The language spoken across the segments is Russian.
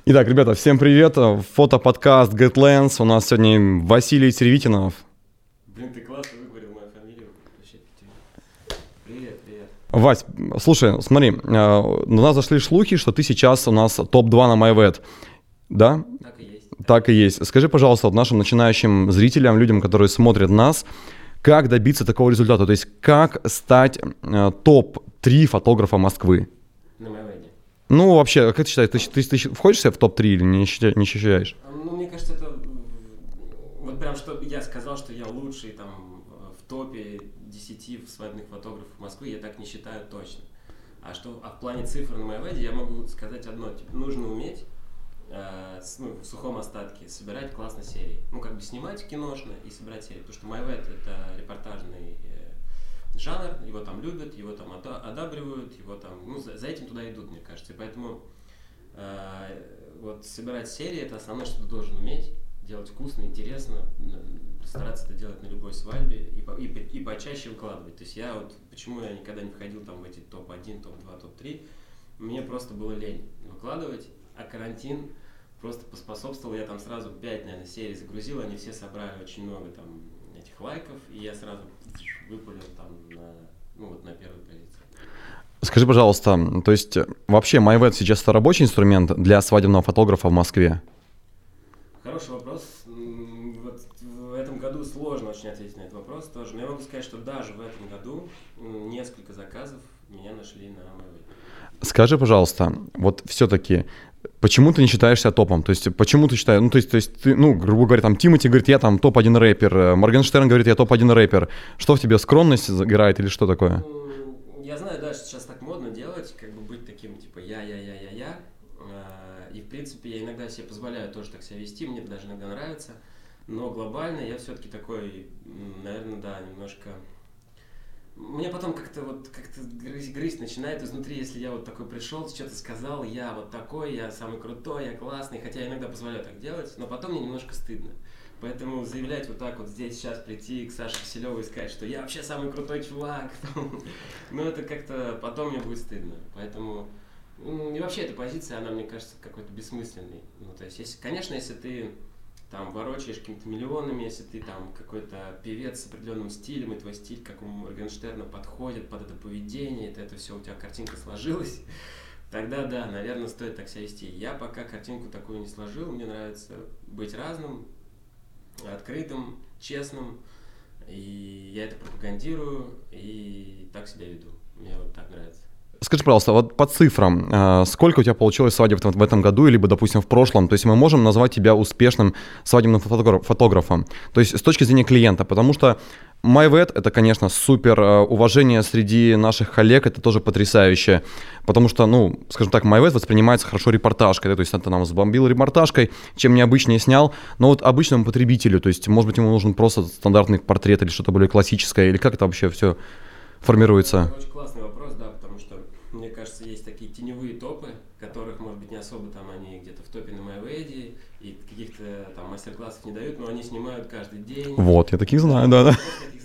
Итак, ребята, всем привет. Фотоподкаст GetLens. У нас сегодня Василий Теревитинов. Блин, ты классно выговорил мою фамилию. Привет. Вась, слушай, смотри, на нас зашли слухи, что ты сейчас у нас топ-2 на MyVet. Да? Так и есть. Так и есть. Скажи, пожалуйста, вот нашим начинающим зрителям, людям, которые смотрят нас, как добиться такого результата? То есть как стать топ-3 фотографа Москвы? На MyVet. Ну, вообще, как ты считаешь, ты входишь в топ-3 или не считаешь? Ну, мне кажется, это... Вот прям, что я сказал, что я лучший там в топе 10 свадебных фотографов Москвы, я так не считаю точно. А в плане цифр на MyVet я могу сказать одно. Типа, нужно уметь в сухом остатке собирать классные серии. Ну, как бы снимать киношно и собирать серии. Потому что MyVet это репортажный жанр, его там любят, его там одабривают, его там, ну, за этим туда идут, мне кажется. И поэтому вот собирать серии это основное, что ты должен уметь, делать вкусно, интересно, стараться это делать на любой свадьбе и почаще выкладывать. То есть почему я никогда не входил там в эти топ-1, топ-2, топ-3, мне просто было лень выкладывать, а карантин просто поспособствовал, я там сразу 5, наверное, серий загрузил, они все собрали очень много там этих лайков, и я сразу выпалил там на первой позиции. Скажи, пожалуйста, то есть вообще MyVet сейчас это рабочий инструмент для свадебного фотографа в Москве? Хороший вопрос. Вот в этом году сложно очень ответить на этот вопрос тоже. Но я могу сказать, что даже в этом году несколько заказов меня нашли на MyVet. Скажи, пожалуйста, вот все-таки, почему ты не считаешь себя топом? То есть, почему ты считаешь, то есть ты, грубо говоря, там Тимати говорит, я там топ-1 рэпер, Моргенштерн говорит, я топ-1 рэпер. Что в тебе, скромность играет или что такое? Я знаю, да, что сейчас так модно делать, как бы быть таким, типа, я. И, в принципе, я иногда себе позволяю тоже так себя вести, мне это даже иногда нравится. Но глобально я все-таки такой, наверное, да, немножко... Мне потом как-то грызть начинает изнутри, если я вот такой пришел, что-то сказал, я вот такой, я самый крутой, я классный, хотя я иногда позволяю так делать, но потом мне немножко стыдно. Поэтому заявлять вот так вот здесь сейчас прийти к Саше Киселеву и сказать, что я вообще самый крутой чувак, ну это как-то потом мне будет стыдно. Поэтому и вообще эта позиция, она мне кажется какой-то бессмысленной. Ну то есть, конечно, если ты там ворочаешь какими-то миллионами, если ты там какой-то певец с определенным стилем, и твой стиль, как у Моргенштерна, подходит под это поведение, это все у тебя картинка сложилась, тогда да, наверное, стоит так себя вести. Я пока картинку такую не сложил, мне нравится быть разным, открытым, честным, и я это пропагандирую, и так себя веду. Мне вот так нравится. Скажи, пожалуйста, вот по цифрам, сколько у тебя получилось свадеб в этом году, либо, допустим, в прошлом? То есть мы можем назвать тебя успешным свадебным фотографом, то есть с точки зрения клиента, потому что MyVet — это, конечно, супер уважение среди наших коллег, это тоже потрясающе, потому что, скажем так, MyVet воспринимается хорошо репортажкой, да, то есть это нам сбомбил репортажкой, чем необычнее снял, но вот обычному потребителю, то есть, может быть, ему нужен просто стандартный портрет или что-то более классическое, или как это вообще все формируется? Это очень классный вопрос, да, потому что, мне кажется, есть такие теневые топы, которых, может быть, не особо там они где-то в топе на MyVet, и каких-то там мастер-классов не дают, но они снимают каждый день. Вот, я таких знаю, да.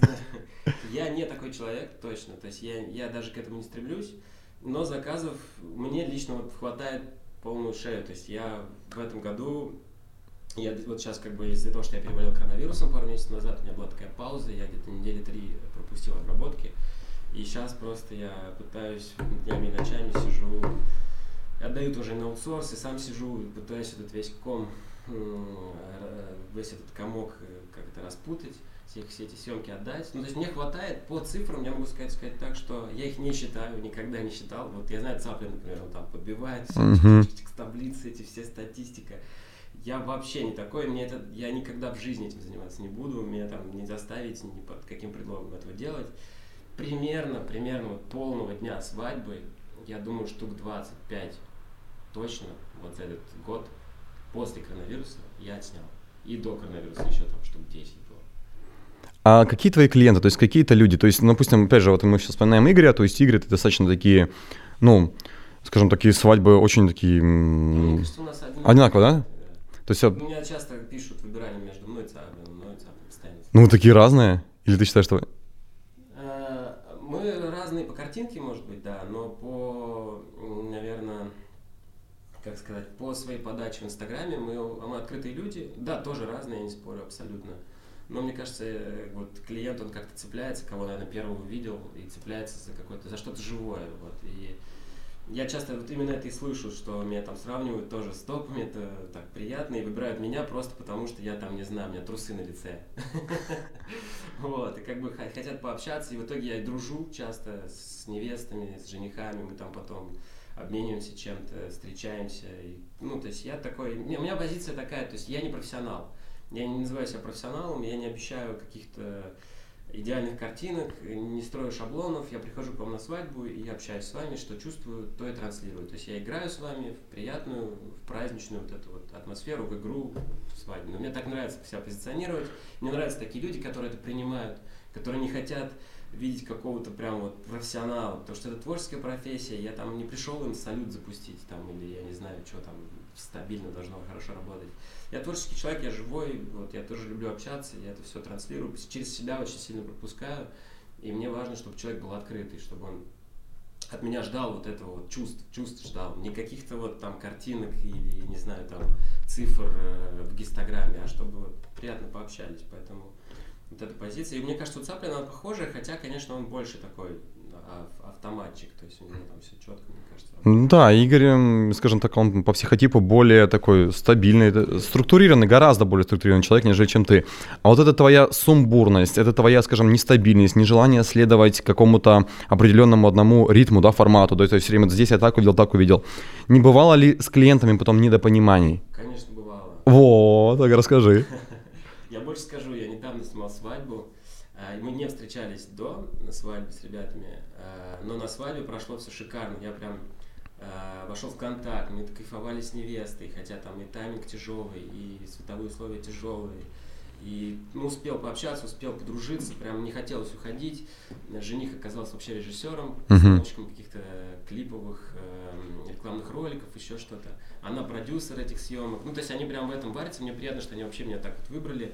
Я не такой человек, точно, то есть я даже к этому не стремлюсь, но заказов мне лично вот хватает полную шею, то есть я в этом году, я вот сейчас как бы из-за того, что я переболел коронавирусом пару месяцев назад, у меня была такая пауза, я где-то недели 3 пропустил обработки, и сейчас просто я пытаюсь днями и ночами сижу, отдаю тоже на аутсорс, и сам сижу, пытаюсь этот весь весь этот комок как-то распутать, все эти съемки отдать. Ну, то есть мне хватает по цифрам, я могу сказать так, что я их не считаю, никогда не считал. Вот я знаю, Цаплин, например, он там подбивает все таблицы, эти все статистика. Я вообще не такой, я никогда в жизни этим заниматься не буду, меня там не заставить ни под каким предлогом этого делать. Примерно вот полного дня свадьбы, я думаю, штук 25 точно вот за этот год после коронавируса я отснял. И до коронавируса еще там штук 10 было. А какие твои клиенты, то есть какие-то люди, то есть, допустим, опять же, вот мы сейчас вспоминаем Игоря, то есть Игорь — это достаточно такие, скажем, такие свадьбы очень такие... Мне кажется, у нас одинаково, да? То есть, меня часто пишут, выбирали между мной и Цаплиным постоянно. Ну, вы такие разные? Или ты считаешь, что... Мы разные по картинке, может быть, да, но по, наверное, как сказать, сказать, по своей подаче в Инстаграме мы открытые люди, да, тоже разные, я не спорю абсолютно. Но мне кажется, вот клиент, он как-то цепляется, кого, наверное, первого видел, и цепляется за что-то живое. Вот. И я часто вот именно это и слышу, что меня там сравнивают тоже с топами, это так приятно, и выбирают меня просто потому, что я там, не знаю, у меня трусы на лице. Вот, и как бы хотят пообщаться, и в итоге я и дружу часто с невестами, с женихами, мы там потом обмениваемся чем-то, встречаемся. Ну, то есть я такой, у меня позиция такая, то есть я не профессионал. Я не называю себя профессионалом, я не обещаю каких-то идеальных картинок, не строю шаблонов, я прихожу к вам на свадьбу и общаюсь с вами, что чувствую, то и транслирую. То есть я играю с вами в приятную, в праздничную вот эту вот атмосферу, в игру, в свадьбу. Но мне так нравится себя позиционировать, мне нравятся такие люди, которые это принимают, которые не хотят видеть какого-то прям вот профессионала, потому что это творческая профессия, я там не пришел им салют запустить, там, или я не знаю, что там стабильно должно хорошо работать. Я творческий человек, я живой, вот, я тоже люблю общаться, я это все транслирую, через себя очень сильно пропускаю, и мне важно, чтобы человек был открытый, чтобы он от меня ждал вот этого вот чувств ждал, не каких-то вот там картинок или, не знаю, там цифр в гистограмме, а чтобы вот приятно пообщались, поэтому вот эта позиция. И мне кажется, у Цаплина она похожая, хотя, конечно, он больше такой автоматчик, то есть у него там все четко, мне кажется. Да, Игорь, скажем так, он по психотипу более такой стабильный, структурированный, гораздо более структурированный человек, нежели чем ты. А вот это твоя сумбурность, это твоя, скажем, нестабильность, нежелание следовать какому-то определенному одному ритму, да, формату, то есть все время здесь я так увидел. Не бывало ли с клиентами потом недопониманий? Конечно, бывало. Вот, так расскажи. Я больше скажу, я недавно снимал свадьбу, мы не встречались до свадьбы с ребятами, но на свадьбе прошло все шикарно, я прям вошел в контакт, мы кайфовали с невестой, хотя там и тайминг тяжелый, и световые условия тяжелые, и успел пообщаться, успел подружиться, прям не хотелось уходить, жених оказался вообще режиссером, постановщиком каких-то клиповых рекламных роликов, еще что-то, она продюсер этих съемок, ну то есть они прям в этом варятся, мне приятно, что они вообще меня так вот выбрали,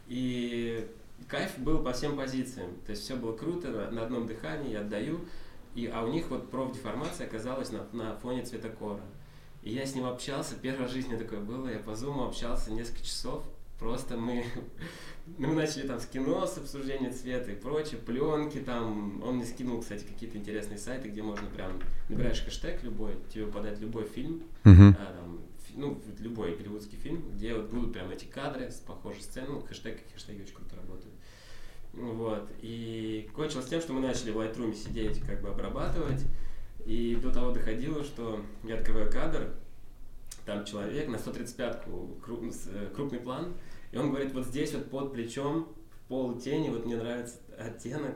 и кайф был по всем позициям, то есть все было круто, на одном дыхании, я отдаю, а у них вот профдеформация оказалась на фоне цветокора. И я с ним общался, первый раз в жизни такое было, я по зуму общался несколько часов, просто мы начали там с кино, с обсуждения цвета и прочее, пленки там, он мне скинул, кстати, какие-то интересные сайты, где можно прям, набираешь хэштег любой, тебе выпадает любой фильм, любой голливудский фильм, где вот будут прям эти кадры с похожей сценой, хэштеги очень круто работают. Вот. И кончилось тем, что мы начали в Lightroom сидеть, как бы обрабатывать, и до того доходило, что я открываю кадр, там человек на 135-ку, крупный план, и он говорит, вот здесь вот под плечом, в полутени, вот мне нравится оттенок.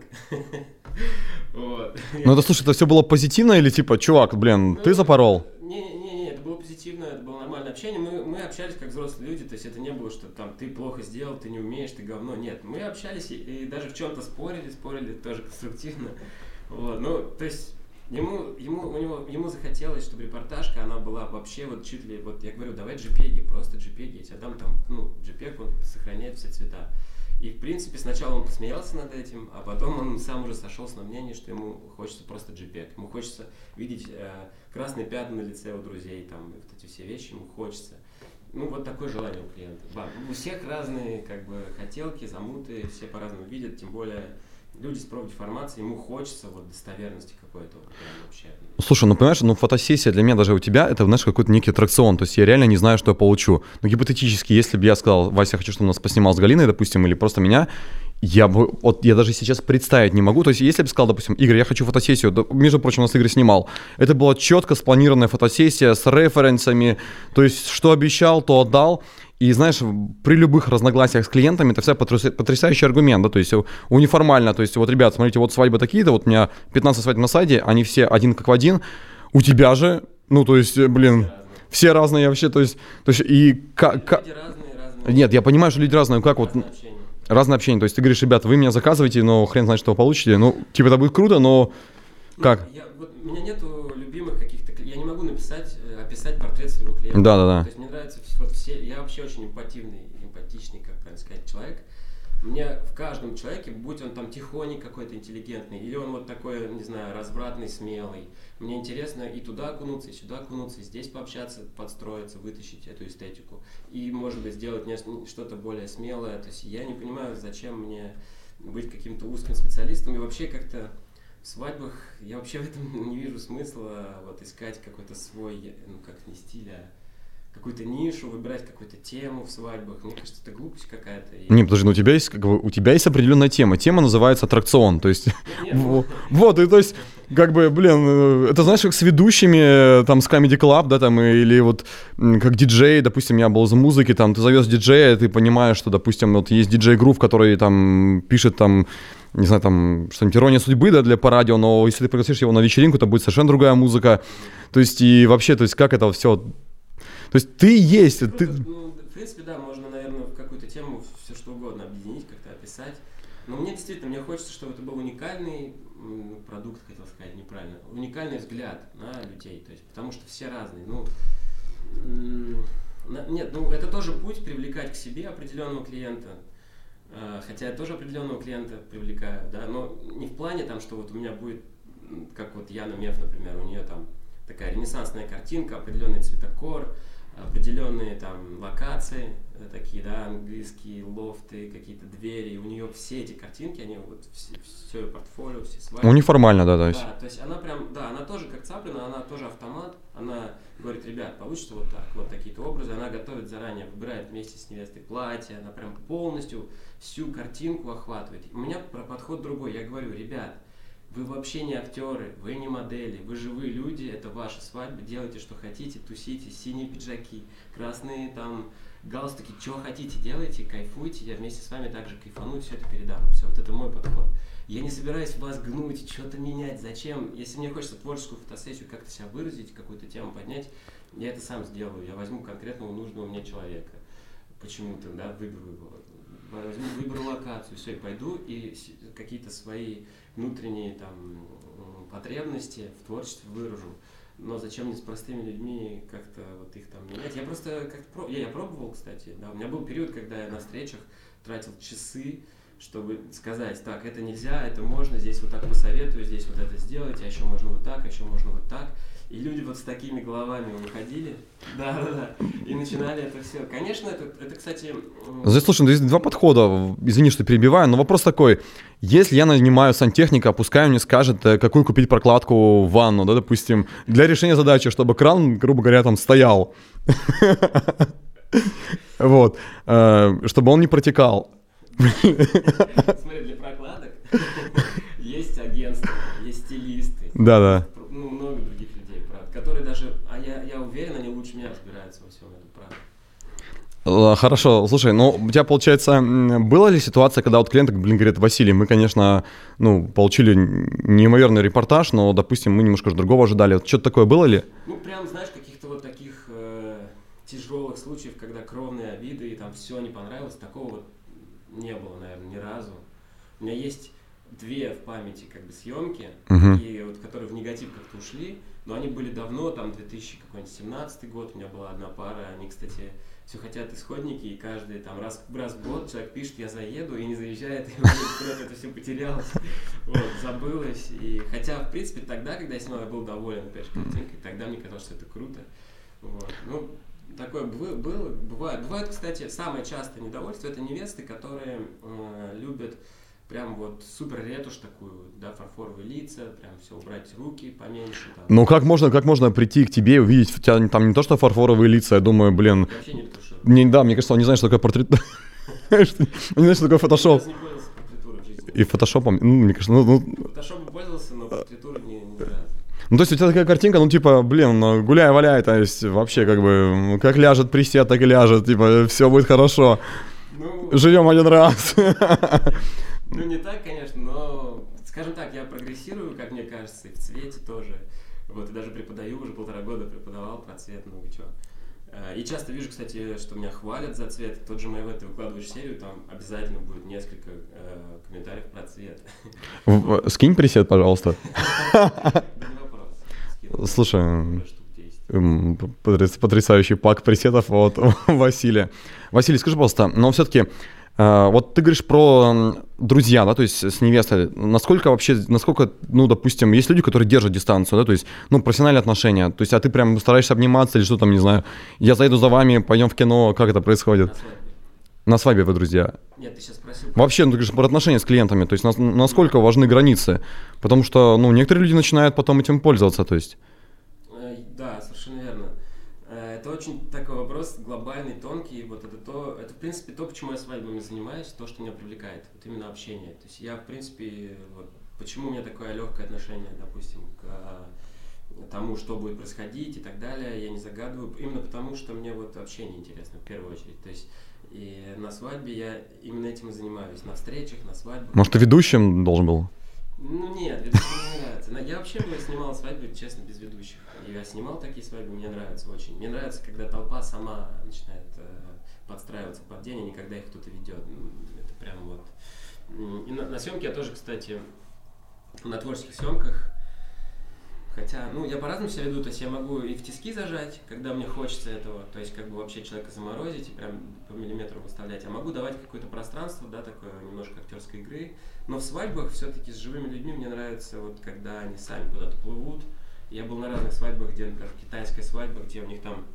Ну это, слушай, это все было позитивно или типа, чувак, блин, ты запорол? Не, это было позитивно, это было нормальное общение, мы общались как взрослые люди, то есть это не было, что там ты плохо сделал, ты не умеешь, ты говно, нет, мы общались и даже в чем-то спорили тоже конструктивно, вот, ну, то есть ему захотелось, чтобы репортажка, она была вообще вот чуть ли, вот я говорю, давай JPEG, просто JPEG, я тебе дам там, JPEG, он сохраняет все цвета. И, в принципе, сначала он посмеялся над этим, а потом он сам уже сошелся на мнение, что ему хочется просто JPEG. Ему хочется видеть красные пятна на лице у друзей, там, вот эти все вещи ему хочется. Ну, вот такое желание у клиента. У всех разные, как бы, хотелки, замуты, все по-разному видят, тем более люди с профдеформацией, ему хочется вот достоверности какой-то вот, прям вообще. Слушай, понимаешь, фотосессия для меня даже у тебя, это, знаешь, какой-то некий аттракцион, то есть я реально не знаю, что я получу. Но гипотетически, если бы я сказал, Вася, я хочу, чтобы нас поснимал с Галиной, допустим, или просто меня, я даже сейчас представить не могу. То есть если бы сказал, допустим, Игорь, я хочу фотосессию, между прочим, у нас Игорь снимал, это была четко спланированная фотосессия с референсами, то есть что обещал, то отдал. И знаешь, при любых разногласиях с клиентами это всегда потрясающий аргумент, да, то есть униформально, то есть вот, ребят, смотрите, вот свадьбы такие-то, вот у меня 15 свадеб на сайте, они все один как в один, у тебя же, то есть, блин, все разные вообще, то есть и люди разные. Нет, я понимаю, что люди разные, как разное вот... Общение. Разное общение, то есть ты говоришь, ребят, вы меня заказываете, но хрен знает, что вы получите, типа это будет круто, но как? У меня нету любимых каких-то, я не могу описать портрет своего клиента. Да. То есть мне нравится вот все, я вообще очень эмпатичный, как правильно сказать, человек. Мне в каждом человеке, будь он там тихоний какой-то, интеллигентный, или он вот такой, не знаю, развратный, смелый, мне интересно и туда окунуться, и сюда окунуться, и здесь пообщаться, подстроиться, вытащить эту эстетику. И, может быть, сделать что-то более смелое. То есть я не понимаю, зачем мне быть каким-то узким специалистом. И вообще как-то в свадьбах я вообще в этом не вижу смысла вот искать какой-то свой, ну как не стиль, а какую-то нишу, выбирать какую-то тему в свадьбах. Мне кажется, это глупость какая-то. Не, подожди, ну у тебя есть, как бы, у тебя есть определенная тема. Тема называется аттракцион. То есть, вот, и то есть, как бы, блин, это знаешь, как с ведущими, там, с Comedy Club, да, там, или вот как диджей, допустим, я был из музыки, там, ты зовешь диджея, ты понимаешь, что, допустим, вот есть диджей Грув, который там пишет, там, не знаю, там, что-нибудь «Ирония судьбы», да, для по радио, но если ты пригласишь его на вечеринку, то будет совершенно другая музыка. То есть, и вообще, то есть, как это все... То есть ты есть. Ну, ты... Ну, в принципе, да, можно, наверное, в какую-то тему все что угодно объединить, как-то описать. Но мне действительно, мне хочется, чтобы это был уникальный продукт, хотел сказать неправильно, уникальный взгляд на людей. То есть, потому что все разные. Ну, нет, ну это тоже путь привлекать к себе определенного клиента. Хотя я тоже определенного клиента привлекаю, да, но не в плане там, что вот у меня будет, как вот Яна Меф, например, у нее там такая ренессансная картинка, определенный цветокор, определенные там локации, такие, да, английские лофты, какие-то двери, у нее все эти картинки, они вот все ее портфолио, все свадьбы. Ну, неформально, да, то есть. Да, то есть она прям, да, она тоже как Цаплина, она тоже автомат, она говорит, ребят, получится вот так, вот такие-то образы, она готовит заранее, выбирает вместе с невестой платье, она прям полностью всю картинку охватывает. У меня подход другой, я говорю, ребят, вы вообще не актеры, вы не модели, вы живые люди, это ваша свадьба, делайте, что хотите, тусите, синие пиджаки, красные там галстуки, что хотите, делайте, кайфуйте, я вместе с вами также кайфану, все это передам, все, вот это мой подход. Я не собираюсь вас гнуть, что-то менять, зачем? Если мне хочется творческую фотосессию как-то себя выразить, какую-то тему поднять, я это сам сделаю, я возьму конкретного нужного мне человека, почему-то, да, выберу его, выберу локацию, все, и пойду, и какие-то свои внутренние там потребности в творчестве выражу. Но зачем мне с простыми людьми как-то вот их там менять? Я просто как-то я пробовал, кстати, да, у меня был период, когда я на встречах тратил часы, чтобы сказать, так, это нельзя, это можно, здесь вот так посоветую, здесь вот это сделать, а еще можно вот так, а еще можно вот так. И люди вот с такими головами выходили, да, и начинали это все. Конечно, это, кстати... Здесь, слушай, здесь два подхода, извини, что перебиваю, но вопрос такой, если я нанимаю сантехника, пускай он мне скажет, какую купить прокладку в ванну, да, допустим, для решения задачи, чтобы кран, грубо говоря, там стоял, вот, чтобы он не протекал. Смотри, для прокладок есть агентства, есть стилисты. Да. Ну, много других людей, правда, которые даже, я уверен, они лучше меня разбираются во всем этом, правда. Хорошо, слушай, ну у тебя, получается, была ли ситуация, когда вот клиент, говорит, Василий, мы, конечно, получили неимоверный репортаж, но, допустим, мы немножко другого ожидали. Вот что-то такое было ли? Ну, прям, знаешь, каких-то вот таких тяжелых случаев, когда кровные обиды и там все не понравилось, такого вот не было, наверное, ни разу. У меня есть две в памяти как бы съемки, и вот, которые в негатив как-то ушли, но они были давно, там 2017 год, у меня была одна пара, они, кстати, все хотят исходники, и каждый там раз в год человек пишет, я заеду, и не заезжает, и куда-то это все потерялось, вот, забылось, и хотя, в принципе, тогда, когда я снимал, я был доволен, опять же, картинкой, тогда мне казалось, что это круто, вот, ну, такое было, бывает. Бывает, кстати, самое частое недовольство — это невесты, которые любят прям вот супер ретушь такую, да, фарфоровые лица, прям все убрать руки поменьше. Там. Ну как можно прийти к тебе и увидеть у тебя там не то что фарфоровые лица, я думаю, блин. Я вообще не ретуширую. Да, мне кажется, он не знает, что такое портрет. Он не знает, что такое фотошоп. Я не пользовался портритурой в жизни. И фотошопом, мне кажется, Фотошопом пользовался, но портритурой не разу. Ну, то есть у тебя такая картинка, гуляй-валяй, то есть вообще как бы, как ляжет присед, так и ляжет, типа, все будет хорошо, живем один раз. Ну, не так, конечно, но, скажем так, я прогрессирую, как мне кажется, и в цвете тоже, вот, и даже преподаю, уже 1,5 года преподавал про цвет, много чего. И часто вижу, кстати, что меня хвалят за цвет, тот же Майвет, ты выкладываешь серию, там обязательно будет несколько комментариев про цвет. Скинь пресет, пожалуйста. Слушай, потрясающий пак пресетов от Василия. Василий, скажи, пожалуйста, но все-таки Вот ты говоришь про друзья, да, то есть с невестой. Насколько, ну, допустим, есть люди, которые держат дистанцию, да, то есть, ну, профессиональные отношения. То есть, а ты прям стараешься обниматься или что там, не знаю, я заеду за вами, пойдем в кино, как это происходит? На свадьбе. На свадьбе вы друзья. Нет, ты сейчас спросил. Вообще, ну, ты говоришь про отношения с клиентами, то есть, насколько важны границы? Потому что, ну, некоторые люди начинают потом этим пользоваться, то есть. Да, совершенно верно. Это очень такой вопрос глобальный, тонкий. Вот это в принципе то, почему я свадьбами занимаюсь, то, что меня привлекает. Вот именно общение. То есть я, в принципе, вот, почему у меня такое легкое отношение, допустим, к тому, что будет происходить и так далее, я не загадываю. Именно потому, что мне вот общение интересно в первую очередь. То есть и на свадьбе я именно этим и занимаюсь. На встречах, на свадьбах. Может, ты ведущим должен был? Ну нет, ведущим мне не нравится. Я вообще снимал свадьбы, честно, без ведущих. Я снимал такие свадьбы, мне нравится очень. Мне нравится, когда толпа сама начинает подстраиваться под день, а не когда их кто-то ведет. Это прям вот. И на съемке я тоже, кстати, на творческих съемках, хотя, ну, я по-разному себя веду, то есть я могу и в тиски зажать, когда мне хочется этого, то есть как бы вообще человека заморозить и прям по миллиметру выставлять, а могу давать какое-то пространство, да, такое немножко актерской игры, но в свадьбах все-таки с живыми людьми мне нравится, вот когда они сами куда-то плывут. Я был на разных свадьбах, где, например, китайская свадьба, где у них там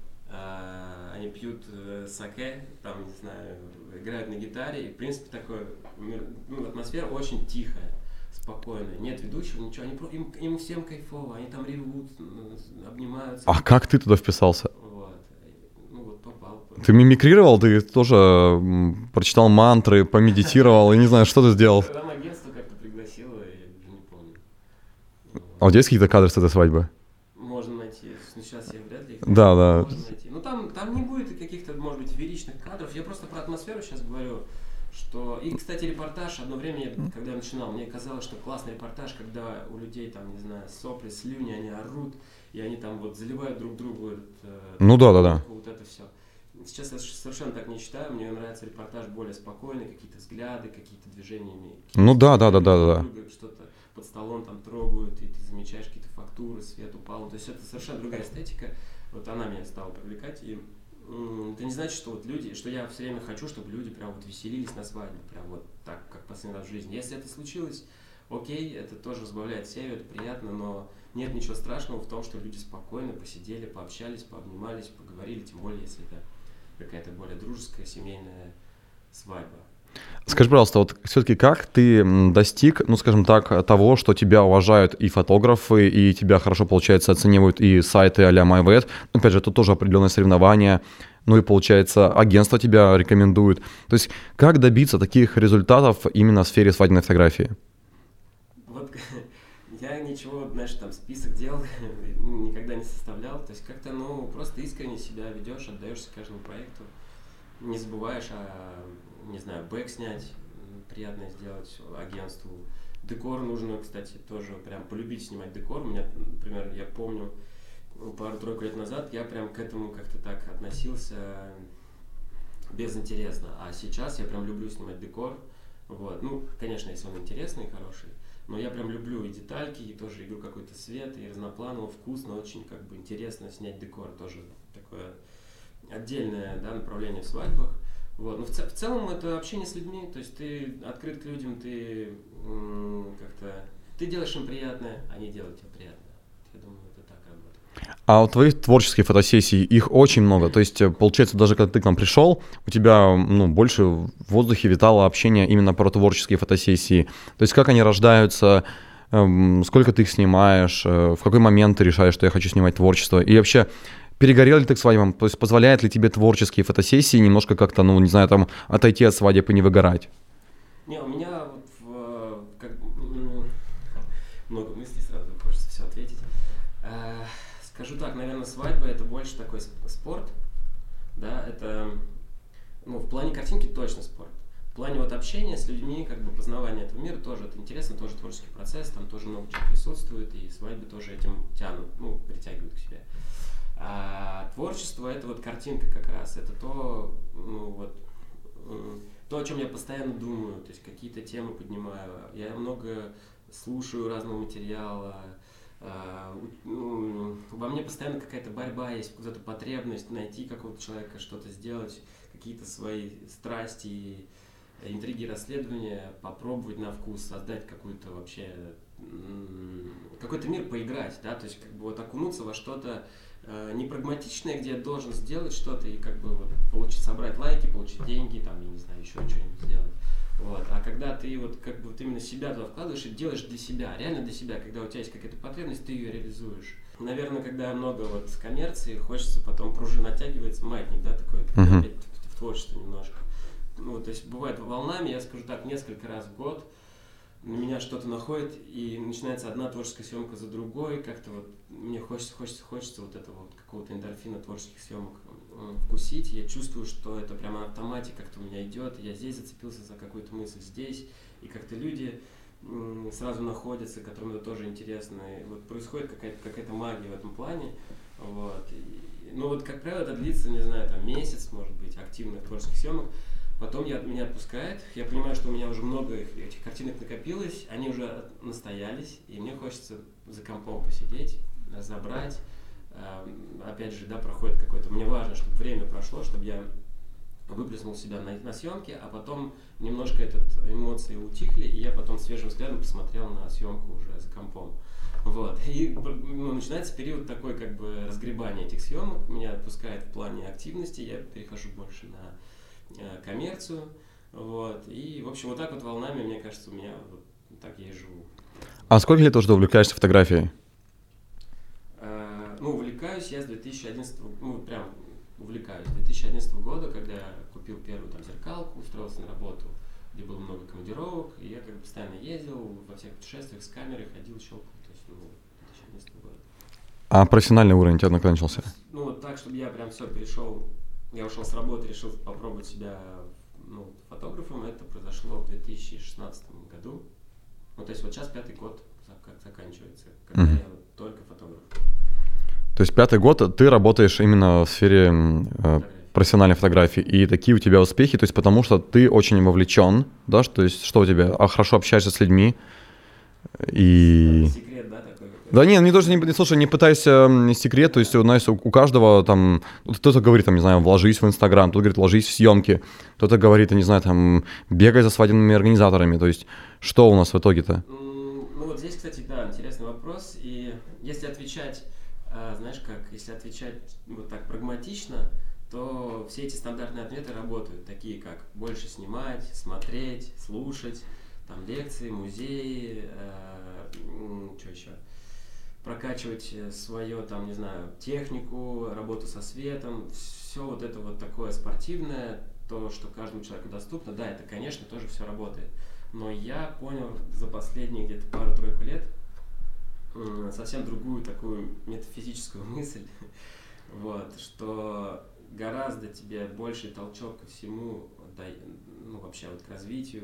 они пьют саке, там, не знаю, играют на гитаре, и в принципе такое, ну, атмосфера очень тихая. Спокойно, нет ведущего, ничего, им всем кайфово, они там ревут, обнимаются. А как ты туда вписался? Вот, ну вот попал. Ты мимикрировал, ты тоже прочитал мантры, помедитировал, и не знаю, что ты сделал. Там агентство как-то пригласило, я уже не помню. А у тебя есть какие-то кадры с этой свадьбы? Можно найти, ну сейчас я вряд ли их Да, да. можно найти. Ну там не будет каких-то, может быть, фееричных кадров, я просто про атмосферу сейчас говорю. Что... И, кстати, репортаж, одно время, когда я начинал, мне казалось, что классный репортаж, когда у людей там, не знаю, сопли, слюни, они орут, и они там вот заливают друг другу Ну да. вот это все. Сейчас я совершенно так не считаю, мне нравится репортаж более спокойный, какие-то взгляды, какие-то движения. Ну да. Что-то под столом там трогают, и ты замечаешь какие-то фактуры, свет упал. То есть это совершенно другая эстетика, вот она меня стала привлекать, и это не значит, что вот люди, что я все время хочу, чтобы люди прям вот веселились на свадьбе, прям вот так, как последний раз в жизни. Если это случилось, окей, это тоже разбавляет сею, это приятно, но нет ничего страшного в том, что люди спокойно посидели, пообщались, пообнимались, поговорили, тем более, если это какая-то более дружеская, семейная свадьба. Скажи, пожалуйста, вот все-таки как ты достиг, ну, скажем так, того, что тебя уважают и фотографы, и тебя хорошо, получается, оценивают и сайты а-ля MyVet. Опять же, это тоже определенное соревнование. Ну и, получается, агентство тебя рекомендует. То есть как добиться таких результатов именно в сфере свадебной фотографии? Вот я ничего, знаешь, там список дел никогда не составлял. То есть как-то, ну, просто искренне себя ведешь, отдаешься каждому проекту. Не забываешь, не знаю, бэк снять, приятно сделать агентству. Декор нужно, кстати, тоже прям полюбить снимать декор. У меня, например, я помню, пару-тройку лет назад я прям к этому как-то так относился безинтересно. А сейчас я прям люблю снимать декор. Вот. Ну, конечно, если он интересный и хороший, но я прям люблю и детальки, и тоже игру какой-то свет, и разнопланово, вкусно, очень как бы интересно снять декор. Тоже такое отдельное, да, направление в свадьбах. Вот. Но в целом это общение с людьми, то есть ты открыт к людям, ты как-то ты делаешь им приятное, они делают тебе приятное. Я думаю, это так работает. А у твоих творческих фотосессий, их очень много. То есть, получается, даже когда ты к нам пришел, у тебя больше в воздухе витало общение именно про творческие фотосессии. То есть, как они рождаются, сколько ты их снимаешь, в какой момент ты решаешь, что я хочу снимать творчество. И вообще, перегорел ли ты к свадьбам? То есть, позволяет ли тебе творческие фотосессии немножко как-то, ну, не знаю, там, отойти от свадеб и не выгорать? Не, у меня много мыслей сразу, хочется все ответить. Скажу так, наверное, свадьба это больше такой спорт, да, это, ну, в плане картинки точно спорт. В плане вот общения с людьми, как бы познавания этого мира тоже это интересно, тоже творческий процесс, там тоже много чего присутствует, и свадьбы тоже этим тянут, ну, притягивают к себе. А творчество это вот картинка как раз, это то, ну, вот, то, о чем я постоянно думаю, то есть какие-то темы поднимаю, я много слушаю разного материала, во мне постоянно какая-то борьба есть, какая-то потребность найти какого-то человека, что-то сделать, какие-то свои страсти, интриги, расследования, попробовать на вкус, создать какую-то вообще, какой-то мир поиграть, да, то есть как бы вот окунуться во что-то не прагматичное, где я должен сделать что-то и как бы вот получить, собрать лайки, получить деньги, там, я не знаю, еще что-нибудь сделать. Вот. А когда ты вот как бы вот именно себя туда вкладываешь и делаешь для себя, реально для себя, когда у тебя есть какая-то потребность, ты ее реализуешь. Наверное, когда много вот коммерции, хочется потом пружина оттягивается, маятник, да, такой, опять в творчество немножко. Ну, то есть бывает волнами, я скажу так, несколько раз в год на меня что-то находит, и начинается одна творческая съемка за другой, как-то вот мне хочется вот этого вот какого-то эндорфина творческих съемок вкусить. Я чувствую, что это прямо на автомате как-то у меня идет, я здесь зацепился за какую-то мысль, здесь, и как-то люди сразу находятся, которым это тоже интересно, и вот происходит какая-то магия в этом плане, вот. Ну вот, как правило, это длится, не знаю, там месяц, может быть, активных творческих съемок. Потом меня отпускает, я понимаю, что у меня уже много этих картинок накопилось, они уже настоялись, и мне хочется за компом посидеть, забрать. Опять же, да, проходит какое-то... Мне важно, чтобы время прошло, чтобы я выплеснул себя на съемке, а потом немножко эмоции утихли, и я потом свежим взглядом посмотрел на съемку уже за компом. Вот. И начинается период такой как бы разгребания этих съемок, меня отпускает в плане активности, я перехожу больше на коммерцию, вот, и, в общем, вот так вот волнами, мне кажется, у меня вот так я и живу. А сколько лет уже увлекаешься фотографией? Ну, увлекаюсь я с 2011, ну, прям увлекаюсь, с 2011 года, когда я купил первую там зеркалку, устроился на работу, где было много командировок, и я как бы постоянно ездил во всех путешествиях с камерой, ходил, щелкал, то есть, ну, 2011 года. А профессиональный уровень у тебя когда начался? Ну, вот так, чтобы я прям все перешел. Я ушел с работы, решил попробовать себя фотографом. Это произошло в 2016 году. Ну, то есть вот сейчас 5-й год заканчивается, когда я вот только фотограф. То есть 5-й год ты работаешь именно в сфере профессиональной фотографии, и такие у тебя успехи, то есть потому что ты очень вовлечен, да, то есть что у тебя, хорошо общаешься с людьми, и... Секрет, да, такой? Да нет, мне тоже слушай, не пытайся секрет, то есть у каждого там, кто-то говорит, там, не знаю, вложись в Инстаграм, кто-то говорит, вложись в съемки, кто-то говорит, не знаю, там, бегай за свадебными организаторами, то есть что у нас в итоге-то? Ну вот здесь, кстати, да, интересный вопрос, и если отвечать, знаешь как, если отвечать вот так прагматично, то все эти стандартные ответы работают, такие как больше снимать, смотреть, слушать, там лекции, музеи, что еще? Прокачивать свою, там, не знаю, технику, работу со светом, все вот это вот такое спортивное, то, что каждому человеку доступно, да, это, конечно, тоже все работает. Но я понял за последние где-то пару-тройку лет совсем другую такую метафизическую мысль, вот, что гораздо тебе больший толчок ко всему, ну, вообще вот к развитию,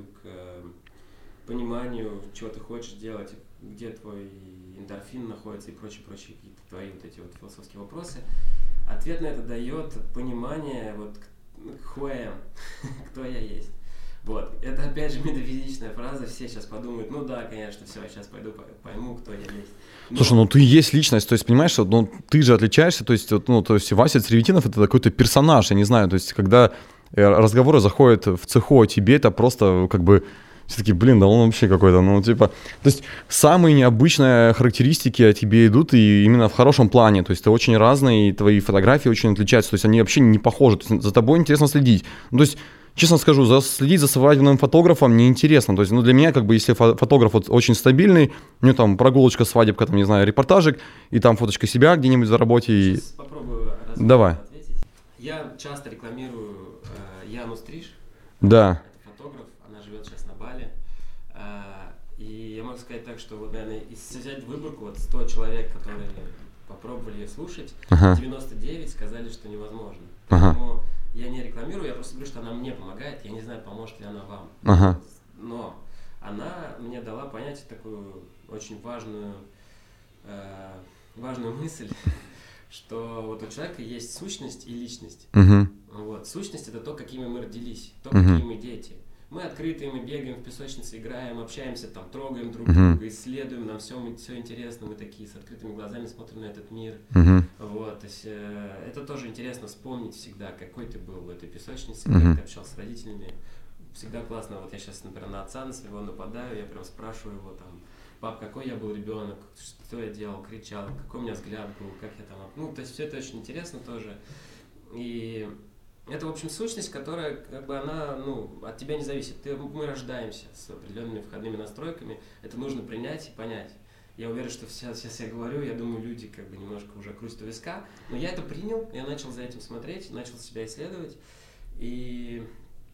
к пониманию, чего ты хочешь делать, где твой эндорфин находится и прочие какие-то твои вот эти вот философские вопросы. Ответ на это дает понимание вот who I am, кто я есть. Вот. Это опять же метафизичная фраза, все сейчас подумают, ну да, конечно, все, сейчас пойду пойму, кто я есть. Но... Слушай, ну ты есть личность, то есть, понимаешь, ну, ты же отличаешься, то есть, ну, то есть Вася Цреветинов — это какой-то персонаж, я не знаю, то есть, когда разговоры заходят в цеху о тебе, это просто как бы все таки, блин, да он вообще какой-то, ну, типа, то есть самые необычные характеристики о тебе идут, и именно в хорошем плане, то есть ты очень разный, и твои фотографии очень отличаются, то есть они вообще не похожи, то есть за тобой интересно следить, ну, то есть, честно скажу, следить за свадебным фотографом неинтересно, то есть, ну, для меня, как бы, если фотограф вот очень стабильный, у него там прогулочка, свадебка, там, не знаю, репортажик, и там фоточка себя где-нибудь за работе. Сейчас попробую Давай. Ответить. Я часто рекламирую Яну Стриж. Да. Фотограф, она живет сейчас на Бали. И я могу сказать так, что вот, наверное, если взять выборку, вот 100 человек, которые попробовали ее слушать, 99 сказали, что невозможно. Поэтому я не рекламирую, я просто говорю, что она мне помогает, я не знаю, поможет ли она вам. Но она мне дала понять такую очень важную мысль, что вот у человека есть сущность и личность. Вот. Сущность — это то, какими мы родились, то, какие мы дети. Мы открытые, мы бегаем в песочнице, играем, общаемся, там, трогаем друг друга, исследуем, нам все интересно, мы такие с открытыми глазами смотрим на этот мир. Вот, то есть, это тоже интересно вспомнить всегда, какой ты был в этой песочнице, как ты общался с родителями, всегда классно, вот я сейчас, например, на отца на своего нападаю, я прям спрашиваю его там, пап, какой я был ребенок, что я делал, кричал, какой у меня взгляд был, как я там, ну, то есть все это очень интересно тоже, и это, в общем, сущность, которая, как бы, она, ну, от тебя не зависит, мы рождаемся с определенными входными настройками, это нужно принять и понять. Я уверен, что сейчас я говорю, я думаю, люди как бы немножко уже крутят у виска, но я это принял, я начал за этим смотреть, начал себя исследовать, и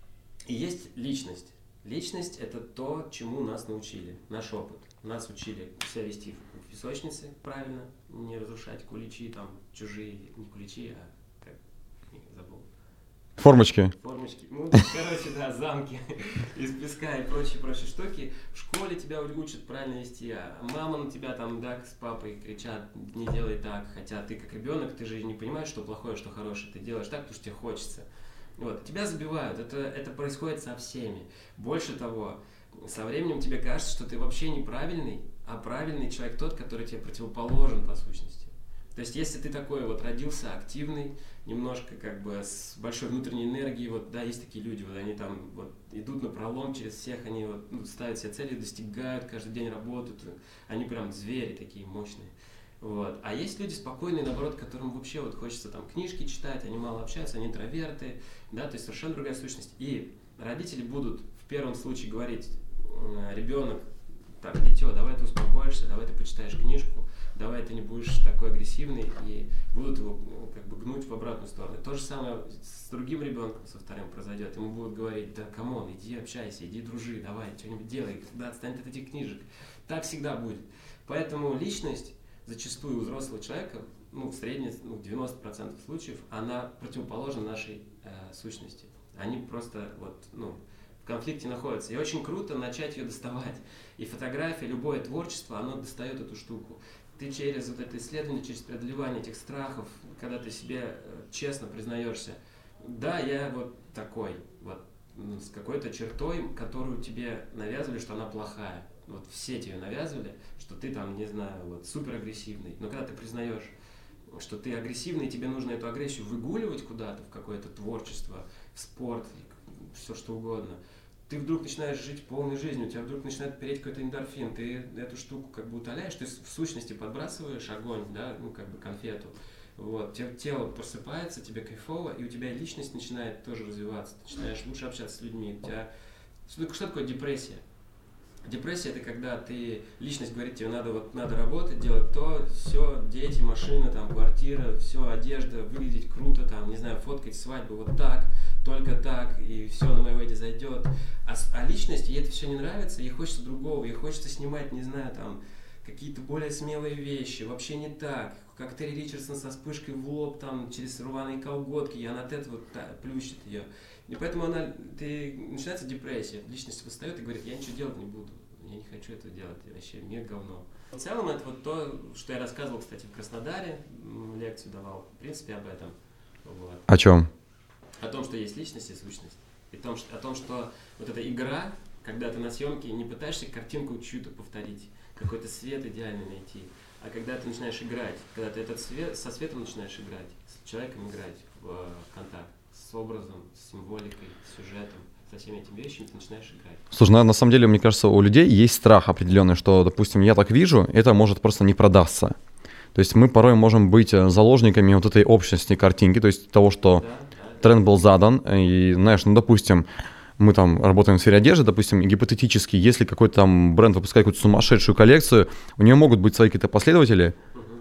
есть личность. Личность – это то, чему нас научили, наш опыт. Нас учили себя вести в песочнице правильно, не разрушать куличи, там, чужие, не куличи, а, как, забыл. Формочки. Формочки. Ну, короче, да, замки из песка и прочие штуки. В школе тебя учат правильно вести, а мама на тебя там, да, с папой кричат, не делай так. Хотя ты как ребенок, ты же не понимаешь, что плохое, что хорошее. Ты делаешь так, потому что тебе хочется. Вот, тебя забивают, это происходит со всеми. Больше того, со временем тебе кажется, что ты вообще неправильный, а правильный человек тот, который тебе противоположен по сущности. То есть, если ты такой вот родился активный, немножко как бы с большой внутренней энергией, вот, да, есть такие люди, вот они там вот идут на пролом через всех, они вот, ну, ставят себе цели, достигают, каждый день работают, они прям звери такие мощные. Вот. А есть люди спокойные, наоборот, которым вообще вот хочется там книжки читать, они мало общаются, они интроверты, да, то есть совершенно другая сущность. И родители будут в первом случае говорить, ребенок, так, дитё, давай ты успокоишься, давай ты почитаешь книжку, давай ты не будешь такой агрессивный, и будут его как бы гнуть в обратную сторону. То же самое с другим ребенком, со вторым произойдет. Ему будут говорить, да, камон, иди общайся, иди дружи, давай, что-нибудь делай, да, отстань от этих книжек. Так всегда будет. Поэтому личность зачастую у взрослого человека, ну, в среднем, 90% случаев, она противоположна нашей сущности. Они просто вот, ну, в конфликте находятся. И очень круто начать ее доставать. И фотография, любое творчество, оно достает эту штуку. Ты через вот это исследование, через преодолевание этих страхов, когда ты себе честно признаешься, да, я вот такой, вот, с какой-то чертой, которую тебе навязывали, что она плохая. Вот все тебе навязывали, что ты там, не знаю, вот супер агрессивный. Но когда ты признаешь, что ты агрессивный, тебе нужно эту агрессию выгуливать куда-то, в какое-то творчество, в спорт, все что угодно, ты вдруг начинаешь жить полной жизнью, у тебя вдруг начинает переть какой-то эндорфин, ты эту штуку как бы утоляешь, ты в сущности подбрасываешь огонь, да, ну как бы конфету. Вот, тело просыпается, тебе кайфово, и у тебя личность начинает тоже развиваться, ты начинаешь лучше общаться с людьми. У тебя... Что такое депрессия? Депрессия – это когда личность говорит тебе, надо работать, делать то, все, дети, машина, там, квартира, все, одежда, выглядеть круто, там, не знаю, фоткать свадьбу вот так, только так, и все на моей воде зайдет. А личность, ей это все не нравится, ей хочется другого, ей хочется снимать, не знаю, там, какие-то более смелые вещи, вообще не так, как Терри Ричардсон со вспышкой в лоб, там, через рваные колготки, и она от этого плющит ее. И поэтому начинается депрессия, личность восстает и говорит, я ничего делать не буду, я не хочу этого делать, я вообще мир говно. В целом это вот то, что я рассказывал, кстати, в Краснодаре, лекцию давал, в принципе, об этом. Вот. О чем? О том, что есть личность и сущность. И о том, что вот эта игра, когда ты на съемке не пытаешься картинку чью-то повторить, какой-то свет идеальный найти, а когда ты начинаешь играть, когда ты со светом начинаешь играть, с человеком играть в контакт, с образом, с символикой, с сюжетом, со всеми этими вещами ты начинаешь играть. Слушай, на самом деле, мне кажется, у людей есть страх определенный, что, допустим, я так вижу, это может просто не продастся. То есть мы порой можем быть заложниками вот этой общности картинки, то есть того, что тренд был задан, и, знаешь, ну, допустим, мы там работаем в сфере одежды, допустим, и гипотетически, если какой-то там бренд выпускает какую-то сумасшедшую коллекцию, у нее могут быть свои какие-то последователи,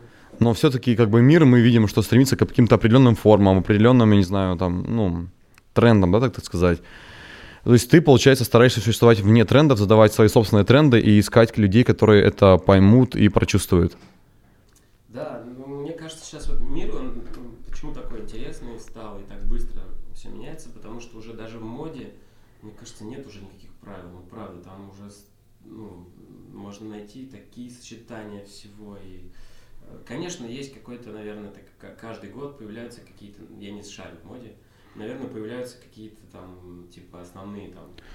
но все-таки как бы мир, мы видим, что стремится к каким-то определенным формам, определенным, я не знаю, там, ну, трендам, да, так сказать. То есть ты, получается, стараешься существовать вне трендов, задавать свои собственные тренды и искать людей, которые это поймут и прочувствуют. Да, ну, мне кажется, сейчас вот мир, он почему такой интересный стал и так быстро все меняется, потому что уже даже в моде, мне кажется, нет уже никаких правил. Ну, правда, там уже, ну, можно найти такие сочетания всего. И, конечно, есть какой-то, наверное, каждый год появляются какие-то, я не шарю в моде, наверное, появляются какие-то там, типа, основные там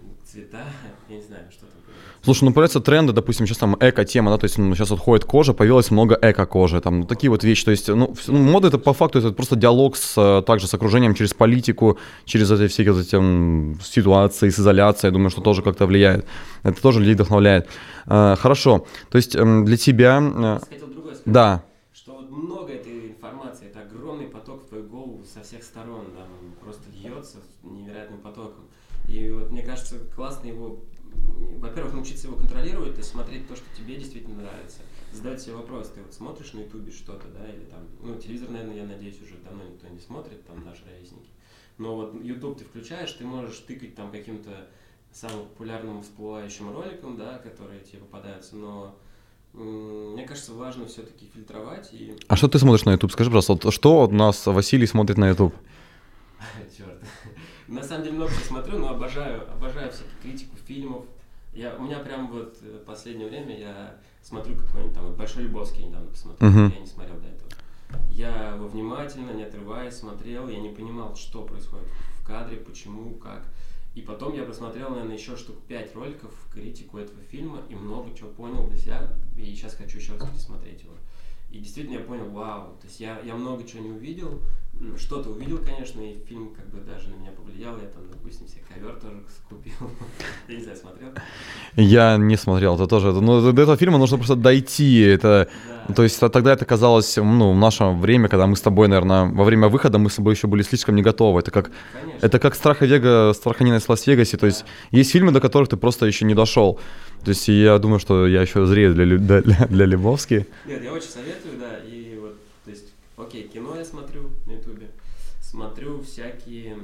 цвета, я не знаю, что там говорится. Слушай, ну появляются тренды, допустим, сейчас там эко-тема, да, то есть сейчас вот ходит кожа, появилось много эко-кожи, там ну, такие вот вещи, то есть, мода это по факту это просто диалог также с окружением через политику, через эти все эти ситуации с изоляцией, я думаю, что тоже как-то влияет, это тоже людей вдохновляет. Хорошо, то есть для тебя... Хотел другое сказать. Да. Что вот много этой информации, это огромный поток в твою голову со всех сторон, да, он просто льется невероятным потоком. И вот мне кажется, классно его, во-первых, научиться его контролировать, то есть смотреть то, что тебе действительно нравится, задать себе вопрос, ты вот смотришь на ютубе что-то, да, или там, ну, телевизор, наверное, я надеюсь, уже давно никто не смотрит, там, наши ровесники, но вот ютуб ты включаешь, ты можешь тыкать там каким-то самым популярным всплывающим роликом, да, которые тебе попадаются, но мне кажется, важно все-таки фильтровать и... А что ты смотришь на YouTube? Скажи, пожалуйста, вот что у нас Василий смотрит на YouTube? Черт. На самом деле много чего смотрю, но обожаю всякие критику фильмов. У меня прям вот в последнее время я смотрю какой-нибудь там вот Большой Лебовский недавно посмотрел, я не смотрел до этого. Я его внимательно, не отрываясь, смотрел, я не понимал, что происходит в кадре, почему, как. И потом я посмотрел, наверное, еще штук 5 роликов в критику этого фильма и много чего понял для себя. И сейчас хочу еще раз пересмотреть его. И действительно я понял, вау, то есть я много чего не увидел, что-то увидел, конечно, и фильм как бы даже на меня повлиял, я там, допустим, себе ковер тоже купил, я не знаю, смотрел? Я не смотрел, это тоже, но до этого фильма нужно просто дойти, это, да. То есть тогда это казалось, ну, в наше время, когда мы с тобой, наверное, во время выхода мы с тобой еще были слишком не готовы, это как «Страх и ненависть в Лас-Вегасе», то есть есть фильмы, до которых ты просто еще не дошел. То есть я думаю, что я еще зрею для Лебовски. Нет, я очень советую, да, и вот, то есть, окей, кино я смотрю на ютубе, смотрю всякие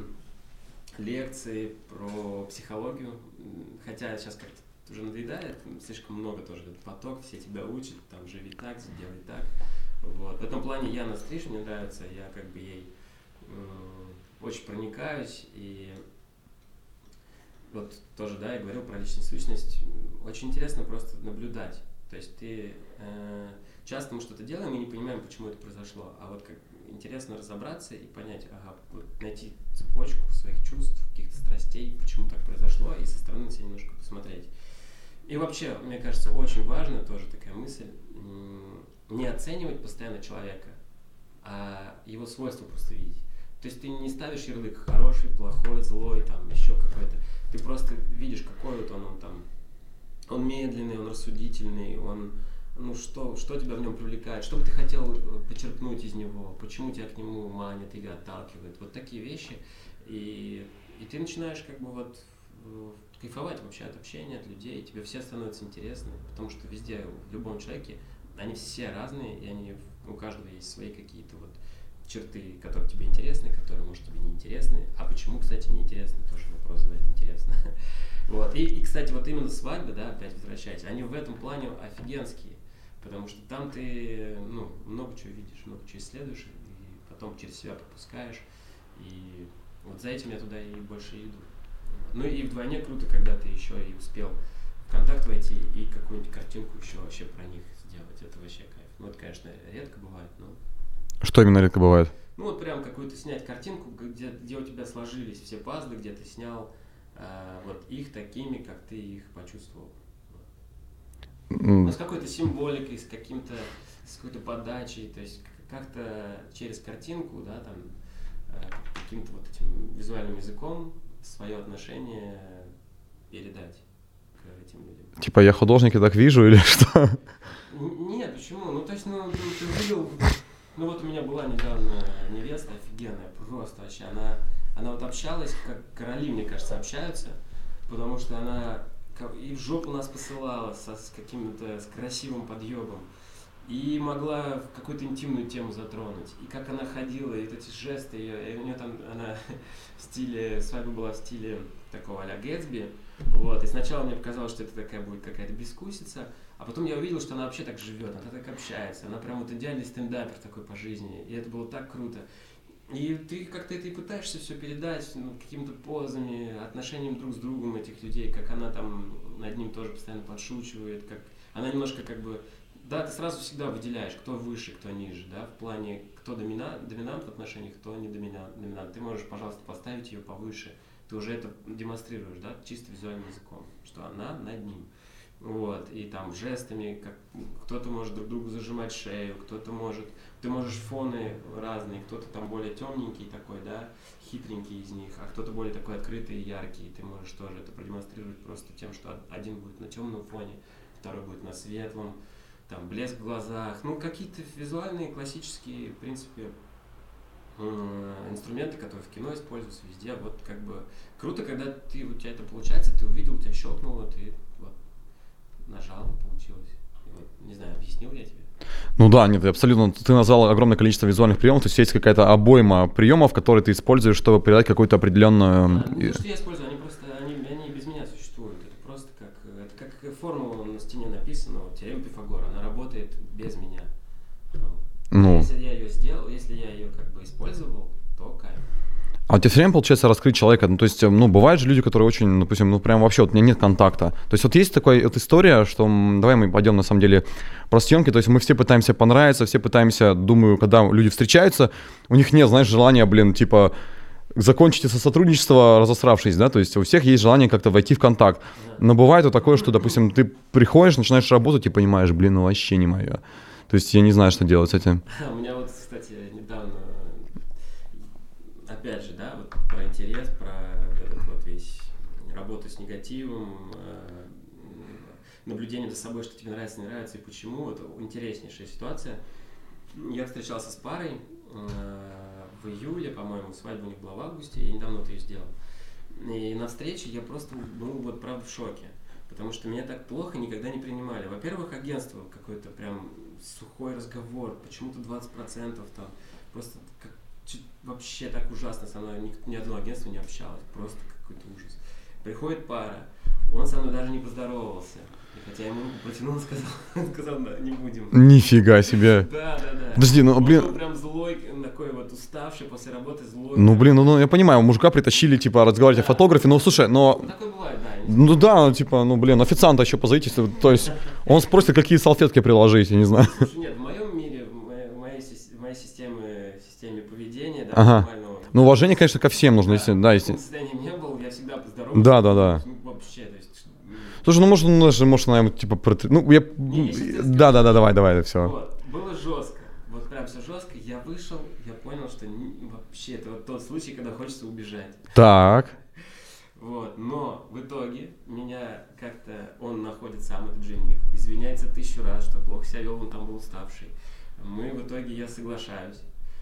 лекции про психологию, хотя сейчас как-то уже надоедает, слишком много тоже, этот поток, все тебя учат, там, живи так, делай так, вот. В этом плане Яна Стриж мне нравится, я как бы ей очень проникаюсь, и вот тоже, да, я говорил про личную сущность. Очень интересно просто наблюдать. То есть ты часто мы что-то делаем и не понимаем, почему это произошло. А вот как интересно разобраться и понять, вот найти цепочку своих чувств, каких-то страстей, почему так произошло, и со стороны на себя немножко посмотреть. И вообще, мне кажется, очень важно тоже такая мысль, не оценивать постоянно человека, а его свойства просто видеть. То есть ты не ставишь ярлык хороший, плохой, злой, там еще какой-то. Ты просто видишь, какой вот он там, он медленный, он рассудительный, он, ну что тебя в нем привлекает, что бы ты хотел почерпнуть из него, почему тебя к нему манит или отталкивает, вот такие вещи, и ты начинаешь как бы вот кайфовать вообще от общения, от людей, тебе все становятся интересны, потому что везде, в любом человеке, они все разные, и у каждого есть свои какие-то вот черты, которые тебе интересны, которые, может, тебе не интересны. А почему, кстати, не интересны, тоже вопрос задать интересно. Вот. И, кстати, вот именно свадьбы, да, опять возвращаясь, они в этом плане офигенские, потому что там ты, ну, много чего видишь, много чего исследуешь, и потом через себя пропускаешь, и вот за этим я туда и больше иду. Ну и вдвойне круто, когда ты еще и успел в контакт войти и какую-нибудь картинку еще вообще про них сделать, это вообще кайф. Ну, это, конечно, редко бывает, но... Что именно редко бывает? Ну вот прям какую-то снять картинку, где у тебя сложились все пазлы, где ты снял вот их такими, как ты их почувствовал. Ну, с какой-то символикой, с какой-то подачей, то есть как-то через картинку, да, там каким-то вот этим визуальным языком свое отношение передать к этим людям. Типа я художник и так вижу или что? Нет, почему? Ну то есть, ну ты увидел. Ну вот у меня была недавно невеста офигенная, просто вообще, она вот общалась, как короли, мне кажется, общаются, потому что она и в жопу нас посылала с каким-то, с красивым подъебом, и могла какую-то интимную тему затронуть, и как она ходила, и эти жесты ее, и у нее там, она в стиле, свадьба была в стиле такого а-ля Гэтсби, вот, и сначала мне показалось, что это такая будет какая-то бескусица, а потом я увидел, что она вообще так живет, она так общается, она прям вот идеальный стендапер такой по жизни, и это было так круто. И ты как-то это и пытаешься все передать, ну, какими-то позами, отношением друг с другом этих людей, как она там над ним тоже постоянно подшучивает, как она немножко как бы, да, ты сразу всегда выделяешь, кто выше, кто ниже, да, в плане, кто доминант в отношениях, кто не доминант. Ты можешь, пожалуйста, поставить ее повыше, ты уже это демонстрируешь, да, чисто визуальным языком, что она над ним. Вот, и там жестами, как кто-то может друг другу зажимать шею, ты можешь фоны разные, кто-то там более темненький такой, да, хитренький из них, а кто-то более такой открытый и яркий, и ты можешь тоже это продемонстрировать просто тем, что один будет на темном фоне, второй будет на светлом, там блеск в глазах, ну какие-то визуальные, классические, в принципе, инструменты, которые в кино используются везде, вот как бы круто, когда у тебя это получается, ты увидел, у тебя щелкнуло, ты вот нажал, получилось. Вот, не знаю, объяснил я тебе? Ну да, нет, абсолютно. Ты назвал огромное количество визуальных приемов, то есть какая-то обойма приемов, которые ты используешь, чтобы передать какую-то определенную... Ну, что я использую, они без меня существуют. Это просто как формула на стене написана, вот, теорема Пифагора, она работает без меня. Ну. Если я ее сделал, если я ее как бы использовал, то кайф. А у тебя все время получается раскрыть человека? Ну, то есть, ну, бывают же люди, которые очень, допустим, ну, прям вообще, вот у меня нет контакта. То есть, вот есть такая вот история, что, давай мы пойдем, на самом деле, про съемки, то есть, мы все пытаемся понравиться, все пытаемся, думаю, когда люди встречаются, у них нет, знаешь, желания, типа, закончить это сотрудничество, разосравшись, да, то есть, у всех есть желание как-то войти в контакт. Но бывает вот такое, что, допустим, ты приходишь, начинаешь работать и понимаешь, ну, вообще не мое. То есть, я не знаю, что делать с этим. У меня вот, кстати, недавно... Опять же, да, вот про интерес, про этот вот весь работу с негативом, наблюдение за собой, что тебе нравится, не нравится и почему. Это интереснейшая ситуация. Я встречался с парой в июле, по-моему, свадьба у них была в августе, я недавно вот ее сделал. И на встрече я просто был вот правда в шоке, потому что меня так плохо никогда не принимали. Во-первых, агентство какой-то прям сухой разговор, почему-то 20% там, просто как вообще так ужасно со мной, ни одно агентство не общалось, просто какой-то ужас. Приходит пара, он со мной даже не поздоровался, хотя я ему руку протянул и сказал, да, не будем. Нифига себе. Да. Подожди, ну, блин. Он прям злой, такой вот уставший после работы, злой. Ну, блин, ну, я понимаю, мужика притащили, типа, разговаривать о фотографе, но, слушай, но... Ну, такое бывает, да. Ну, да, типа, ну, блин, официанта еще позовите, то есть, он спросит, какие салфетки приложить, я не знаю. Слушай, нет, в моем мире, в моей системе поведения, да, ага. нормального. Ну, уважение, конечно, ко всем нужно, если, да, если... В состоянии не был, я всегда поздоровался. Да. Ну, вообще, то есть... Слушай, ну, может, наверное, типа, ну, я... Да, давай, все. Вот, было жестко, вот прям все жестко, я вышел, я понял, что вообще, это вот тот случай, когда хочется убежать. Так. Вот, но в итоге меня как-то, он находит сам, этот жених, извиняется 1000 раз, что плохо себя вел, он там был уставший. В итоге я соглашаюсь.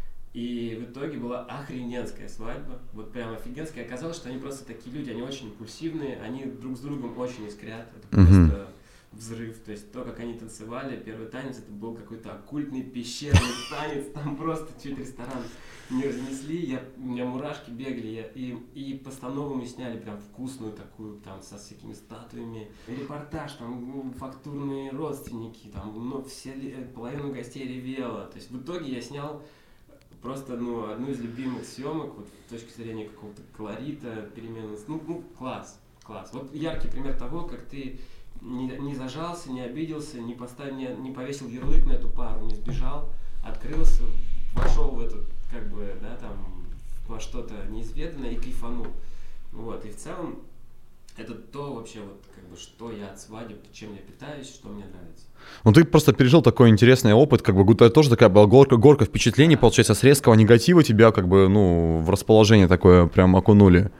И в итоге была охрененская свадьба, вот прям офигенская. Оказалось, что они просто такие люди, они очень импульсивные, они друг с другом очень искрят, это просто взрыв. То есть то, как они танцевали, первый танец, это был какой-то оккультный пещерный танец, там просто чуть ресторан не разнесли, у меня мурашки бегали, и постанову мы сняли прям вкусную такую, там, со всякими статуями, репортаж, там, фактурные родственники, там, ну, половина гостей ревела, то есть в итоге я снял просто, ну, одну из любимых съемок, вот, с точки зрения какого-то колорита, переменности, ну, класс. Вот яркий пример того, как ты не зажался, не обиделся, не повесил ярлык на эту пару, не сбежал, открылся, вошел в этот, как бы, да, там, во что-то неизведанное и кайфанул. Вот, и в целом, это то вообще, вот, как бы, что я от свадеб, чем я питаюсь, что мне нравится. Ну, ты просто пережил такой интересный опыт, как бы, это тоже такая была горка впечатлений, получается, с резкого негатива тебя, как бы, ну, в расположение такое прям окунули.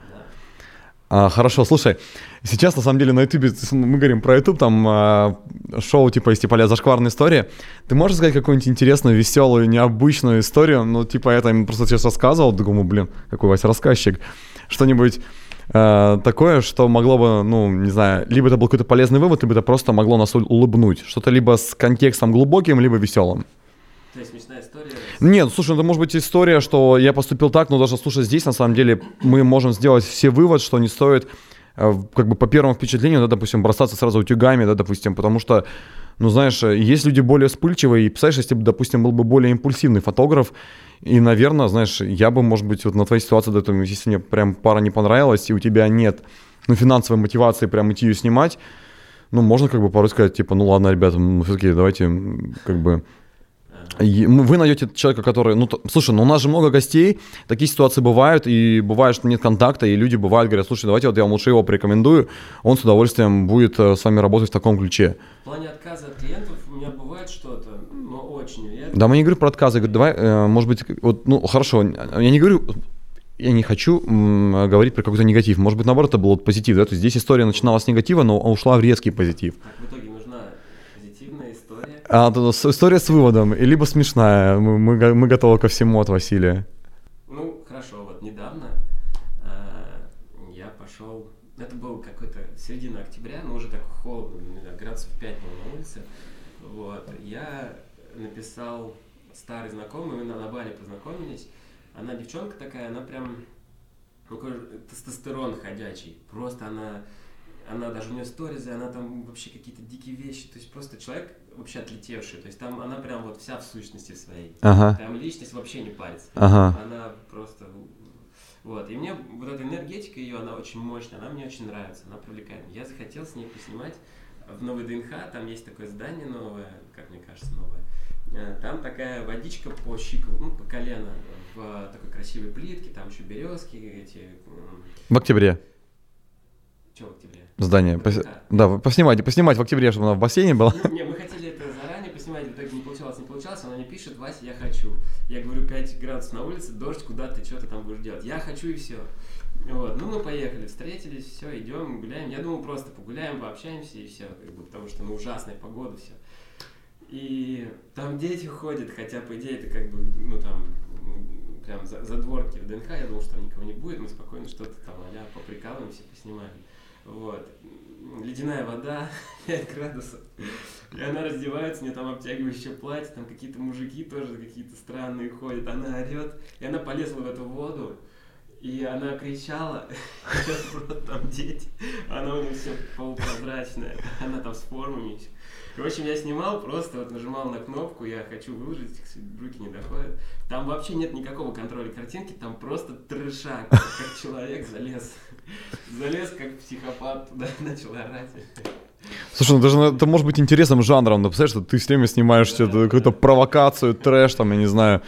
Хорошо, слушай, сейчас, на самом деле, на Ютубе, мы говорим про Ютуб, там шоу, типа, из типа «Зашкварная история». Ты можешь сказать какую-нибудь интересную, веселую, необычную историю? Ну, типа, я там просто сейчас рассказывал, думаю, блин, какой Вася рассказчик. Что-нибудь такое, что могло бы, ну, не знаю, либо это был какой-то полезный вывод, либо это просто могло нас улыбнуть. Что-то либо с контекстом глубоким, либо веселым. То есть смешная история? Нет, слушай, это может быть история, что я поступил так, но даже, слушай, здесь на самом деле мы можем сделать все вывод, что не стоит, как бы по первому впечатлению, да, допустим, бросаться сразу утюгами, да, допустим, потому что, ну, знаешь, есть люди более вспыльчивые, и, представляешь, если бы, допустим, был бы более импульсивный фотограф, и, наверное, знаешь, я бы, может быть, вот на твоей ситуации, да, если мне прям пара не понравилась, и у тебя нет, ну, финансовой мотивации прям идти ее снимать, ну, можно как бы порой сказать, типа, ну, ладно, ребята, ну, все-таки давайте, как бы... Вы найдете человека, который... слушай, у нас же много гостей, такие ситуации бывают, и бывает, что нет контакта, и люди бывают, говорят, слушай, давайте вот я вам лучше его порекомендую, он с удовольствием будет с вами работать в таком ключе. В плане отказа от клиентов у меня бывает что-то, но очень редко. Да, мы не говорю про отказы, я говорю, давай, может быть, хорошо, я не говорю... Я не хочу говорить про какой-то негатив. Может быть, наоборот, это был позитив. Да? То есть здесь история начиналась с негатива, но ушла в резкий позитив. Так, в итоге нужна позитивная история. История с выводом, либо смешная. Мы готовы ко всему от Василия. Хорошо. Вот недавно я пошел... Это был какой-то середина октября, но уже так холодно, градусов 5 на улице. Вот. Я написал старый знакомый, мы на Бали познакомились. Она девчонка такая, она прям такой тестостерон ходячий. Просто она даже у нее сторизы, она там вообще какие-то дикие вещи. То есть просто человек вообще отлетевший. То есть там она прям вот вся в сущности своей. Там личность вообще не парится. Она просто... Вот. И мне вот эта энергетика ее, она очень мощная, она мне очень нравится, она привлекает. Я захотел с ней поснимать в новой ДНХ, там есть такое здание новое, как мне кажется, новое. Там такая водичка по щику, по колено, в такой красивой плитке, там еще березки эти. В октябре. Что в октябре? Здание. Да, поснимать в октябре, чтобы она в бассейне была. Мы хотели это заранее поснимать, в итоге не получалось, она мне пишет: Вася, я хочу. Я говорю, 5 градусов на улице, дождь, куда ты, что ты там будешь делать? Я хочу и все. Вот, мы поехали, встретились, все, идем, гуляем. Я думал, просто погуляем, пообщаемся и все, потому что ужасная погода, все. И там дети ходят, хотя, по идее, это там, прям задворки в ДНХ, я думал, что там никого не будет, мы спокойно что-то там поприкалываемся, поснимаем. Вот. Ледяная вода, 5 градусов, и она раздевается, у нее там обтягивающее платье, там какие-то мужики тоже какие-то странные ходят, она орет, и она полезла в эту воду, и она кричала, там дети, она у нее все полупрозрачная, она там с формами еще. В общем, я снимал, просто нажимал на кнопку, я хочу выложить, руки не доходят. Там вообще нет никакого контроля картинки, там просто трешак, как человек залез как психопат туда, начал орать. Слушай, даже это может быть интересным жанром, представляешь, что ты все время снимаешь какую-то провокацию, трэш, там, я не знаю.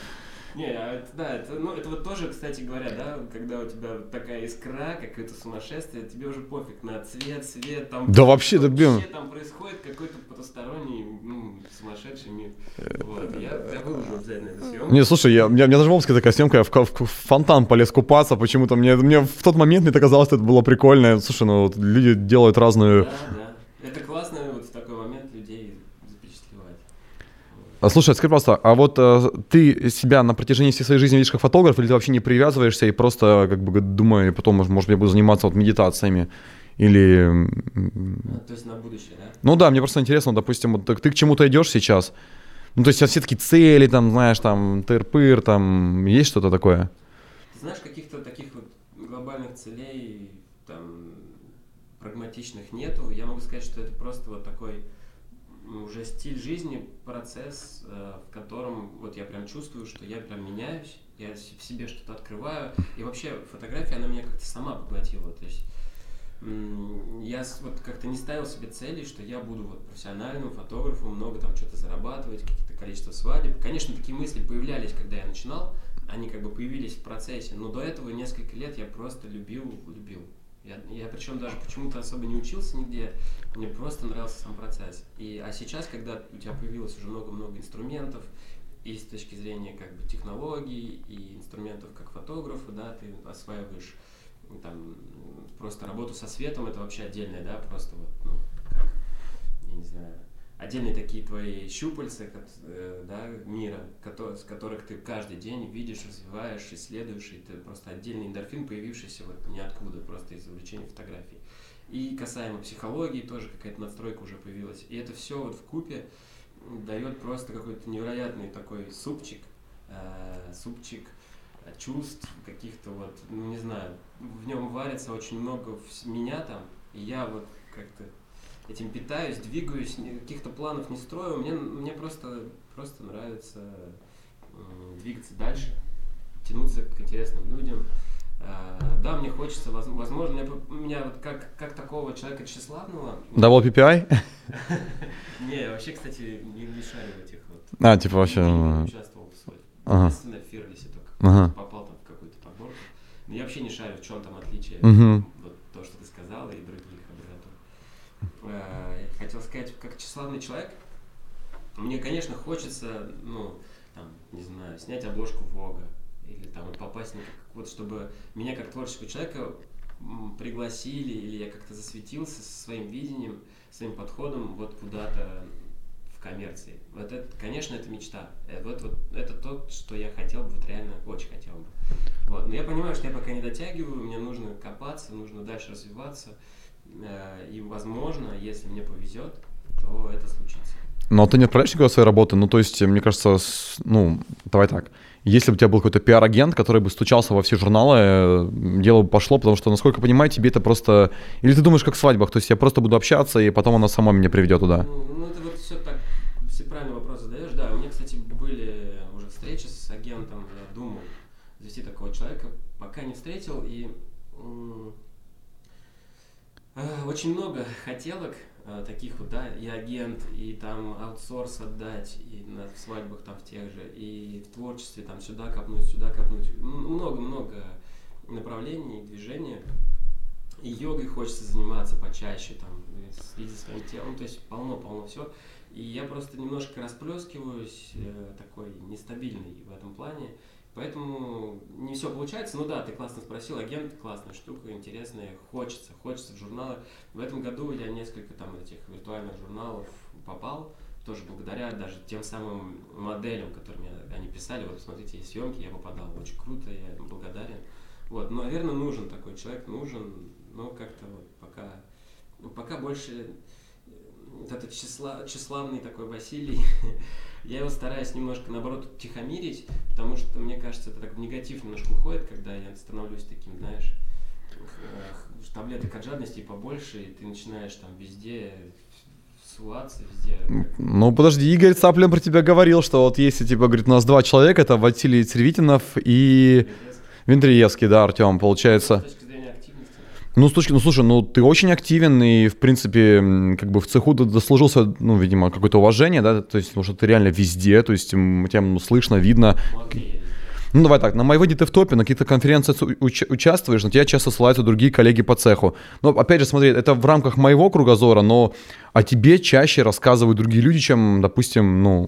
Это вот тоже, кстати говоря, да, когда у тебя такая искра, какое-то сумасшествие, тебе уже пофиг на свет, там... Да вообще, там происходит какой-то потусторонний, сумасшедший мир. Вот, я выложу обязательно эту съемку. Не, слушай, мне даже в Омске такая съемка, я в фонтан полез купаться, почему-то мне в тот момент мне казалось, что это было прикольно. Слушай, люди делают разную... Да. Это классно в такой момент людей запечатлевать. Слушай, скажи, пожалуйста, а вот ты себя на протяжении всей своей жизни видишь как фотограф, или ты вообще не привязываешься и просто думаю, потом, может, я буду заниматься медитациями, или... То есть на будущее, да? Ну да, мне просто интересно, допустим, ты к чему-то идешь сейчас, то есть все такие цели, там, знаешь, там, тыр-пыр, там, есть что-то такое? Ты знаешь, каких-то таких глобальных целей, там, прагматичных нету. Я могу сказать, что это просто такой... уже стиль жизни, процесс, в котором я прям чувствую, что я прям меняюсь, я в себе что-то открываю, и вообще фотография, она меня как-то сама поглотила, то есть я как-то не ставил себе целей, что я буду профессиональным фотографом, много там что-то зарабатывать, какие-то количество свадеб. Конечно, такие мысли появлялись, когда я начинал, они появились в процессе, но до этого несколько лет я просто любил. Я причем даже почему-то особо не учился нигде, мне просто нравился сам процесс. А сейчас, когда у тебя появилось уже много-много инструментов, и с точки зрения технологий, и инструментов как фотографа, да, ты осваиваешь там просто работу со светом, это вообще отдельная, да, просто как, я не знаю, отдельные такие твои щупальца, да, мира, с которых ты каждый день видишь, развиваешь, исследуешь, и это просто отдельный эндорфин, появившийся ниоткуда, просто из увлечения фотографией. И касаемо психологии, тоже какая-то надстройка уже появилась. И это все вкупе дает просто какой-то невероятный такой супчик чувств, каких-то не знаю, в нем варится очень много меня там, и я как-то этим питаюсь, двигаюсь, каких-то планов не строю, мне просто нравится двигаться дальше, тянуться к интересным людям, Да, мне хочется, возможно, меня вот как такого человека тщеславного... Double PPI? Не, вообще, кстати, не шарю в этих вот... Типа вообще... Не участвовал в своих. Естественно, в Fearless только попал там в какую-то подборку. Но я вообще не шарю, в чем там отличие. Вот то, что ты сказал, и других аббревиатур. Хотел сказать, как тщеславный человек, мне, конечно, хочется, ну, там, не знаю, снять обложку Vogue или там попасть на вот, чтобы меня как творческого человека пригласили или я как-то засветился со своим видением, своим подходом вот куда-то в коммерции. Вот это, конечно, это мечта. Вот это то, что я хотел бы, вот реально очень хотел бы. Вот. Но я понимаю, что я пока не дотягиваю, мне нужно копаться, нужно дальше развиваться. И, возможно, если мне повезет, то это случится. Но ты не отправляешь никакой своей работы? Ну, то есть, мне кажется, давай так. Если бы у тебя был какой-то пиар-агент, который бы стучался во все журналы, дело бы пошло, потому что, насколько я понимаю, тебе это просто... Или ты думаешь, как в свадьбах, то есть я просто буду общаться, и потом она сама меня приведет туда? Ну это вот все так, все правильные вопросы задаешь. Да, у меня, кстати, были уже встречи с агентом, я думал завести такого человека, пока не встретил, и очень много хотелок таких вот, да, и агент, и там аутсорс отдать, и на свадьбах там в тех же, и в творчестве там сюда копнуть. Много-много направлений, движения. И йогой хочется заниматься почаще, там, следить за своим телом, то есть полно все. И я просто немножко расплескиваюсь, такой нестабильный в этом плане. Поэтому не все получается. Ну да, ты классно спросил, агент классная штука, интересная, хочется в журналы. В этом году я несколько там этих виртуальных журналов попал, тоже благодаря даже тем самым моделям, которыми они писали. Вот смотрите, есть съемки, я попадал, очень круто, я им благодарен. Вот, но, наверное, нужен такой человек, но как-то вот пока больше вот этот тщеславный такой Василий. Я его стараюсь немножко, наоборот, тихомирить, потому что, мне кажется, это так в негатив немножко уходит, когда я становлюсь таким, знаешь, таблеток от жадности побольше, и ты начинаешь там везде ссылаться, везде... Ну, подожди, Игорь Цаплин про тебя говорил, что вот если, типа, говорит, у нас два человека, это Василий Цервитинов и Вендриевский, да, Артем, получается... Ну, слушай, ты очень активен, и, в принципе, как бы в цеху ты дослужился, видимо, какое-то уважение, да, то есть, потому что ты реально везде, то есть, тебя слышно, видно. Ну, давай так, на MyWedding ты в топе, на каких-то конференциях участвуешь, на тебя часто ссылаются другие коллеги по цеху. Но, опять же, смотри, это в рамках моего кругозора, но о тебе чаще рассказывают другие люди, чем, допустим, Ну,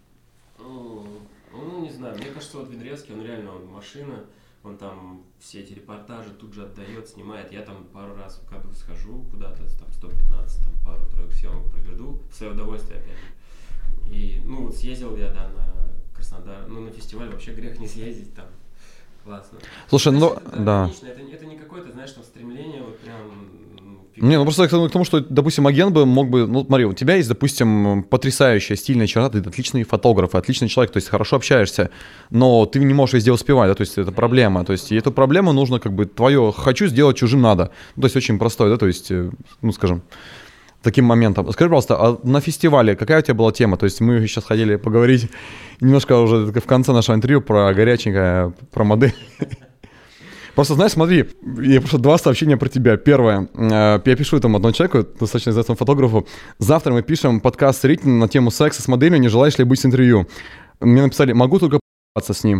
не знаю, мне кажется, вот Вендревский, он реально машина, он там все эти репортажи тут же отдает, снимает. Я там пару раз в году схожу куда-то, там 115, там пару-тройку съемок проведу, в свое удовольствие опять же. И, вот съездил я, да, на Краснодар, на фестиваль вообще грех не съездить там. Классно. Слушай, да. Это не какое-то, знаешь, там стремление вот прям... Не, просто к тому, что, допустим, агент мог бы, смотри, у тебя есть, допустим, потрясающая стильная черта, ты отличный фотограф, отличный человек, то есть хорошо общаешься, но ты не можешь везде успевать, да, то есть это проблема, то есть и эту проблему нужно как бы твое «хочу сделать чужим надо», то есть очень простой, да, то есть, скажем, таким моментом. Скажи, пожалуйста, а на фестивале какая у тебя была тема? То есть мы сейчас хотели поговорить немножко уже в конце нашего интервью про горяченькое, про модель. Просто, знаешь, смотри, я пишу 2 сообщения про тебя. Первое, я пишу там одному человеку, достаточно известному фотографу: завтра мы пишем подкаст с Ритиным на тему секса с моделью, не желаешь ли быть с интервью? Мне написали: могу только с ним.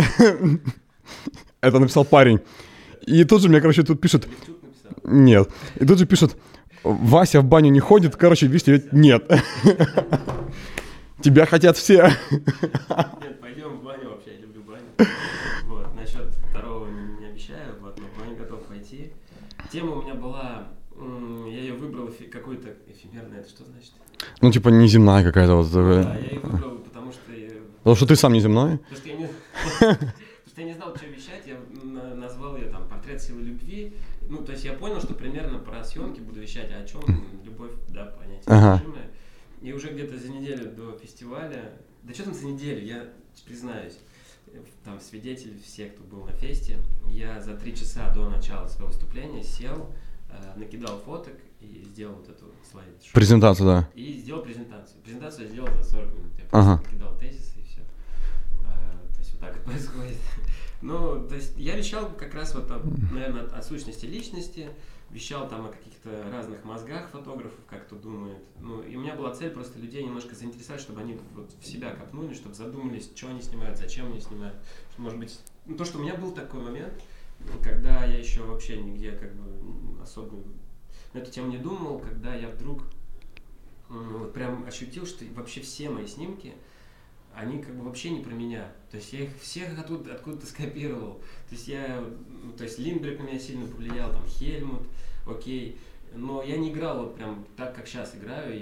Это написал парень. И тут же мне, тут пишут... Нет. И тут же пишут: Вася в баню не ходит, видите, нет. Тебя хотят все. Нет, пойдем в баню, вообще, я люблю баню. Вот, насчет второго не обещаю, вот, но в баню готов пойти. Тема у меня была, я ее выбрал какой-то эфемерный, это что значит? Ну, типа, неземная какая-то вот. Да, я ее выбрал, потому что... Потому что ты сам неземной? Потому что я не знал, что вещать, я назвал ее там «Портрет силы любви». Ну, то есть я понял, что примерно про съемки буду вещать, а о чем любовь, да, понятие содержимое. И уже где-то за неделю до фестиваля, да что там за неделю, я признаюсь, там свидетели, все, кто был на фесте, я за 3 часа до начала своего выступления сел, накидал фоток и сделал вот эту слайд-шоу. Презентацию, да. И сделал презентацию. Презентацию я сделал за 40 минут, я просто накидал тезисы и все. То есть вот так это происходит. Ну, то есть я вещал как раз вот, наверное, о сущности личности, вещал там о каких-то разных мозгах фотографов, как кто думает. Ну, и у меня была цель просто людей немножко заинтересовать, чтобы они вот в себя копнули, чтобы задумались, что они снимают, зачем они снимают. Может быть, ну, то, что у меня был такой момент, когда я еще вообще нигде как бы особо на эту тему не думал, когда я вдруг вот прям ощутил, что вообще все мои снимки, они как бы вообще не про меня. То есть я их всех откуда-то скопировал. То есть Линдберг на меня сильно повлиял, там Хельмут, окей. Но я не играл вот прям так, как сейчас играю.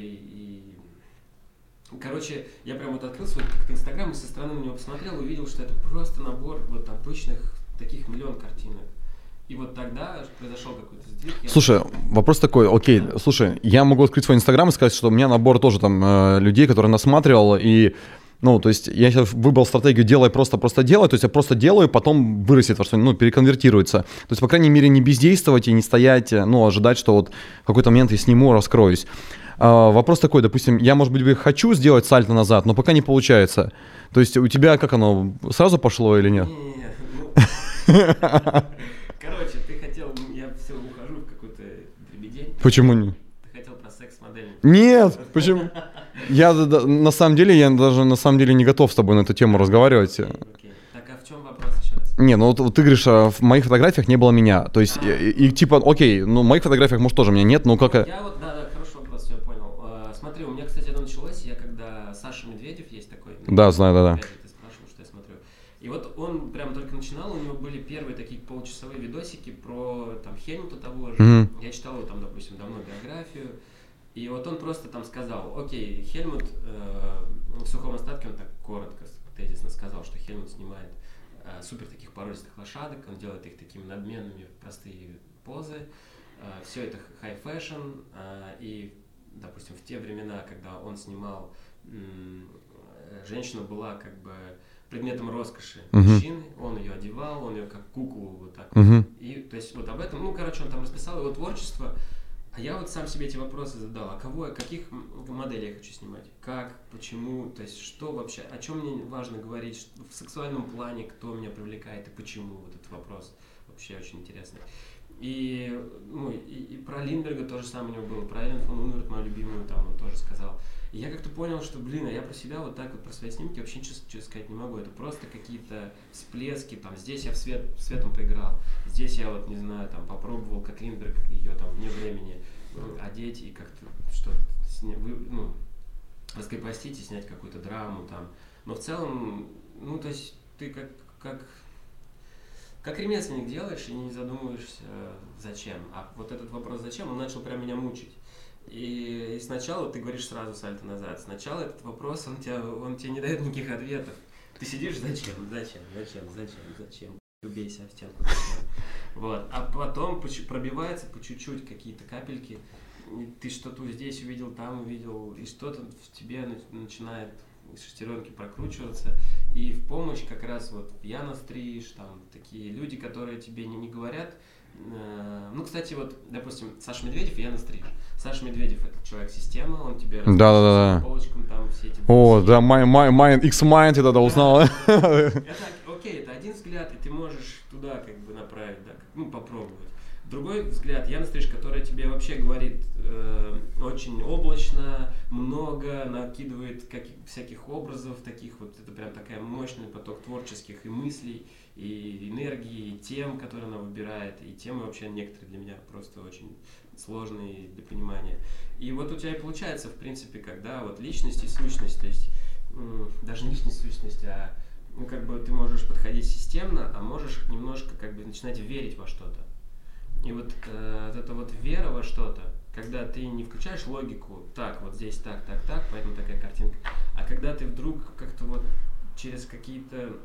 Короче, я прям вот открыл свой как-то Инстаграм и со стороны на него посмотрел и увидел, что это просто набор вот обычных таких миллион картинок. И вот тогда произошел какой-то сдвиг. Слушай, вопрос такой, окей, слушай, я могу открыть свой Инстаграм и сказать, что у меня набор тоже там людей, которые насматривал, и ну, то есть я сейчас выбрал стратегию «делай просто делай», то есть я просто делаю, потом вырастет во что-нибудь, ну, переконвертируется. То есть, по крайней мере, не бездействовать и не стоять, ну, ожидать, что вот в какой-то момент я сниму, раскроюсь. Вопрос такой, допустим, я, может быть, хочу сделать сальто назад, но пока не получается. То есть у тебя как оно, сразу пошло или нет? Нет, короче, ты хотел, я все ухожу в какой-то дребедень. Почему не? Ты хотел про секс-модель. Нет, почему? Я на самом деле не готов с тобой на эту тему разговаривать. Окей. Так, а в чем вопрос еще раз? Не, ну вот ты говоришь, в моих фотографиях не было меня. То есть, и типа, окей, ну в моих фотографиях, может, тоже меня нет, но как... Я вот, да, хороший вопрос, все понял. Смотри, у меня, кстати, это началось, я когда Саша Медведев есть такой. Да, знаю, да. Опять же, ты спрашивал, что я смотрю. И вот он прям только начинал, у него были первые такие получасовые видосики про там Хельмута того же. Я читал его там, допустим, давно биографию. И вот он просто там сказал, окей, Хельмут в сухом остатке, он так коротко, тезисно сказал, что Хельмут снимает супер таких породистых лошадок, он делает их такими надменными, простые позы. Все это high fashion. И, допустим, в те времена, когда он снимал, женщина была как бы предметом роскоши мужчины, он ее одевал, он ее как куклу вот так вот. И, то есть вот об этом, ну, короче, он там расписал его творчество. А я вот сам себе эти вопросы задал, каких моделей я хочу снимать, как, почему, то есть что вообще, о чем мне важно говорить, в сексуальном плане, кто меня привлекает и почему, вот этот вопрос вообще очень интересный. И про Линдберга то же самое у него было, про Эллен фон Унверт, мою любимую, там он тоже сказал. И я как-то понял, что, а я про себя вот так вот, про свои снимки вообще ничего сказать не могу. Это просто какие-то всплески, там, здесь я светом поиграл, здесь я вот, не знаю, там, попробовал, как Линдберг ее там вне времени одеть и как-то что-то, раскрепостить и снять какую-то драму там. Но в целом, ну, то есть ты как ремесленник делаешь и не задумываешься, зачем. А вот этот вопрос «зачем?» он начал прям меня мучить. И сначала ты говоришь сразу сальто назад. Сначала этот вопрос, он тебе не дает никаких ответов. Ты сидишь, зачем? Убейся об стенку, зачем? Вот. А потом пробивается по чуть-чуть какие-то капельки. Ты что-то здесь увидел, там увидел, и что-то в тебе начинает шестеренки прокручиваться. И в помощь как раз вот Яна Стриж, там такие люди, которые тебе не говорят. Ну, кстати, вот, допустим, Саша Медведев и Яна Стриж. Саша Медведев — это человек-система, он тебе рассказывает по полочкам там все эти... О, да, X-Mind я тогда узнал. Это, окей, это один взгляд, и ты можешь туда как бы направить, да, попробовать. Другой взгляд, Яна Стриж, которая тебе вообще говорит очень облачно, много, накидывает всяких образов, таких вот, это прям такая мощный поток творческих и мыслей, и энергии, и тем, которые она выбирает, и темы вообще некоторые для меня просто очень сложные для понимания. И вот у тебя и получается, в принципе, когда вот личность и сущность, то есть даже личность и сущность, а как бы ты можешь подходить системно, а можешь немножко как бы начинать верить во что-то. И вот эта вот вера во что-то, когда ты не включаешь логику, так, вот здесь так, поэтому такая картинка, а когда ты вдруг как-то вот через какие-то...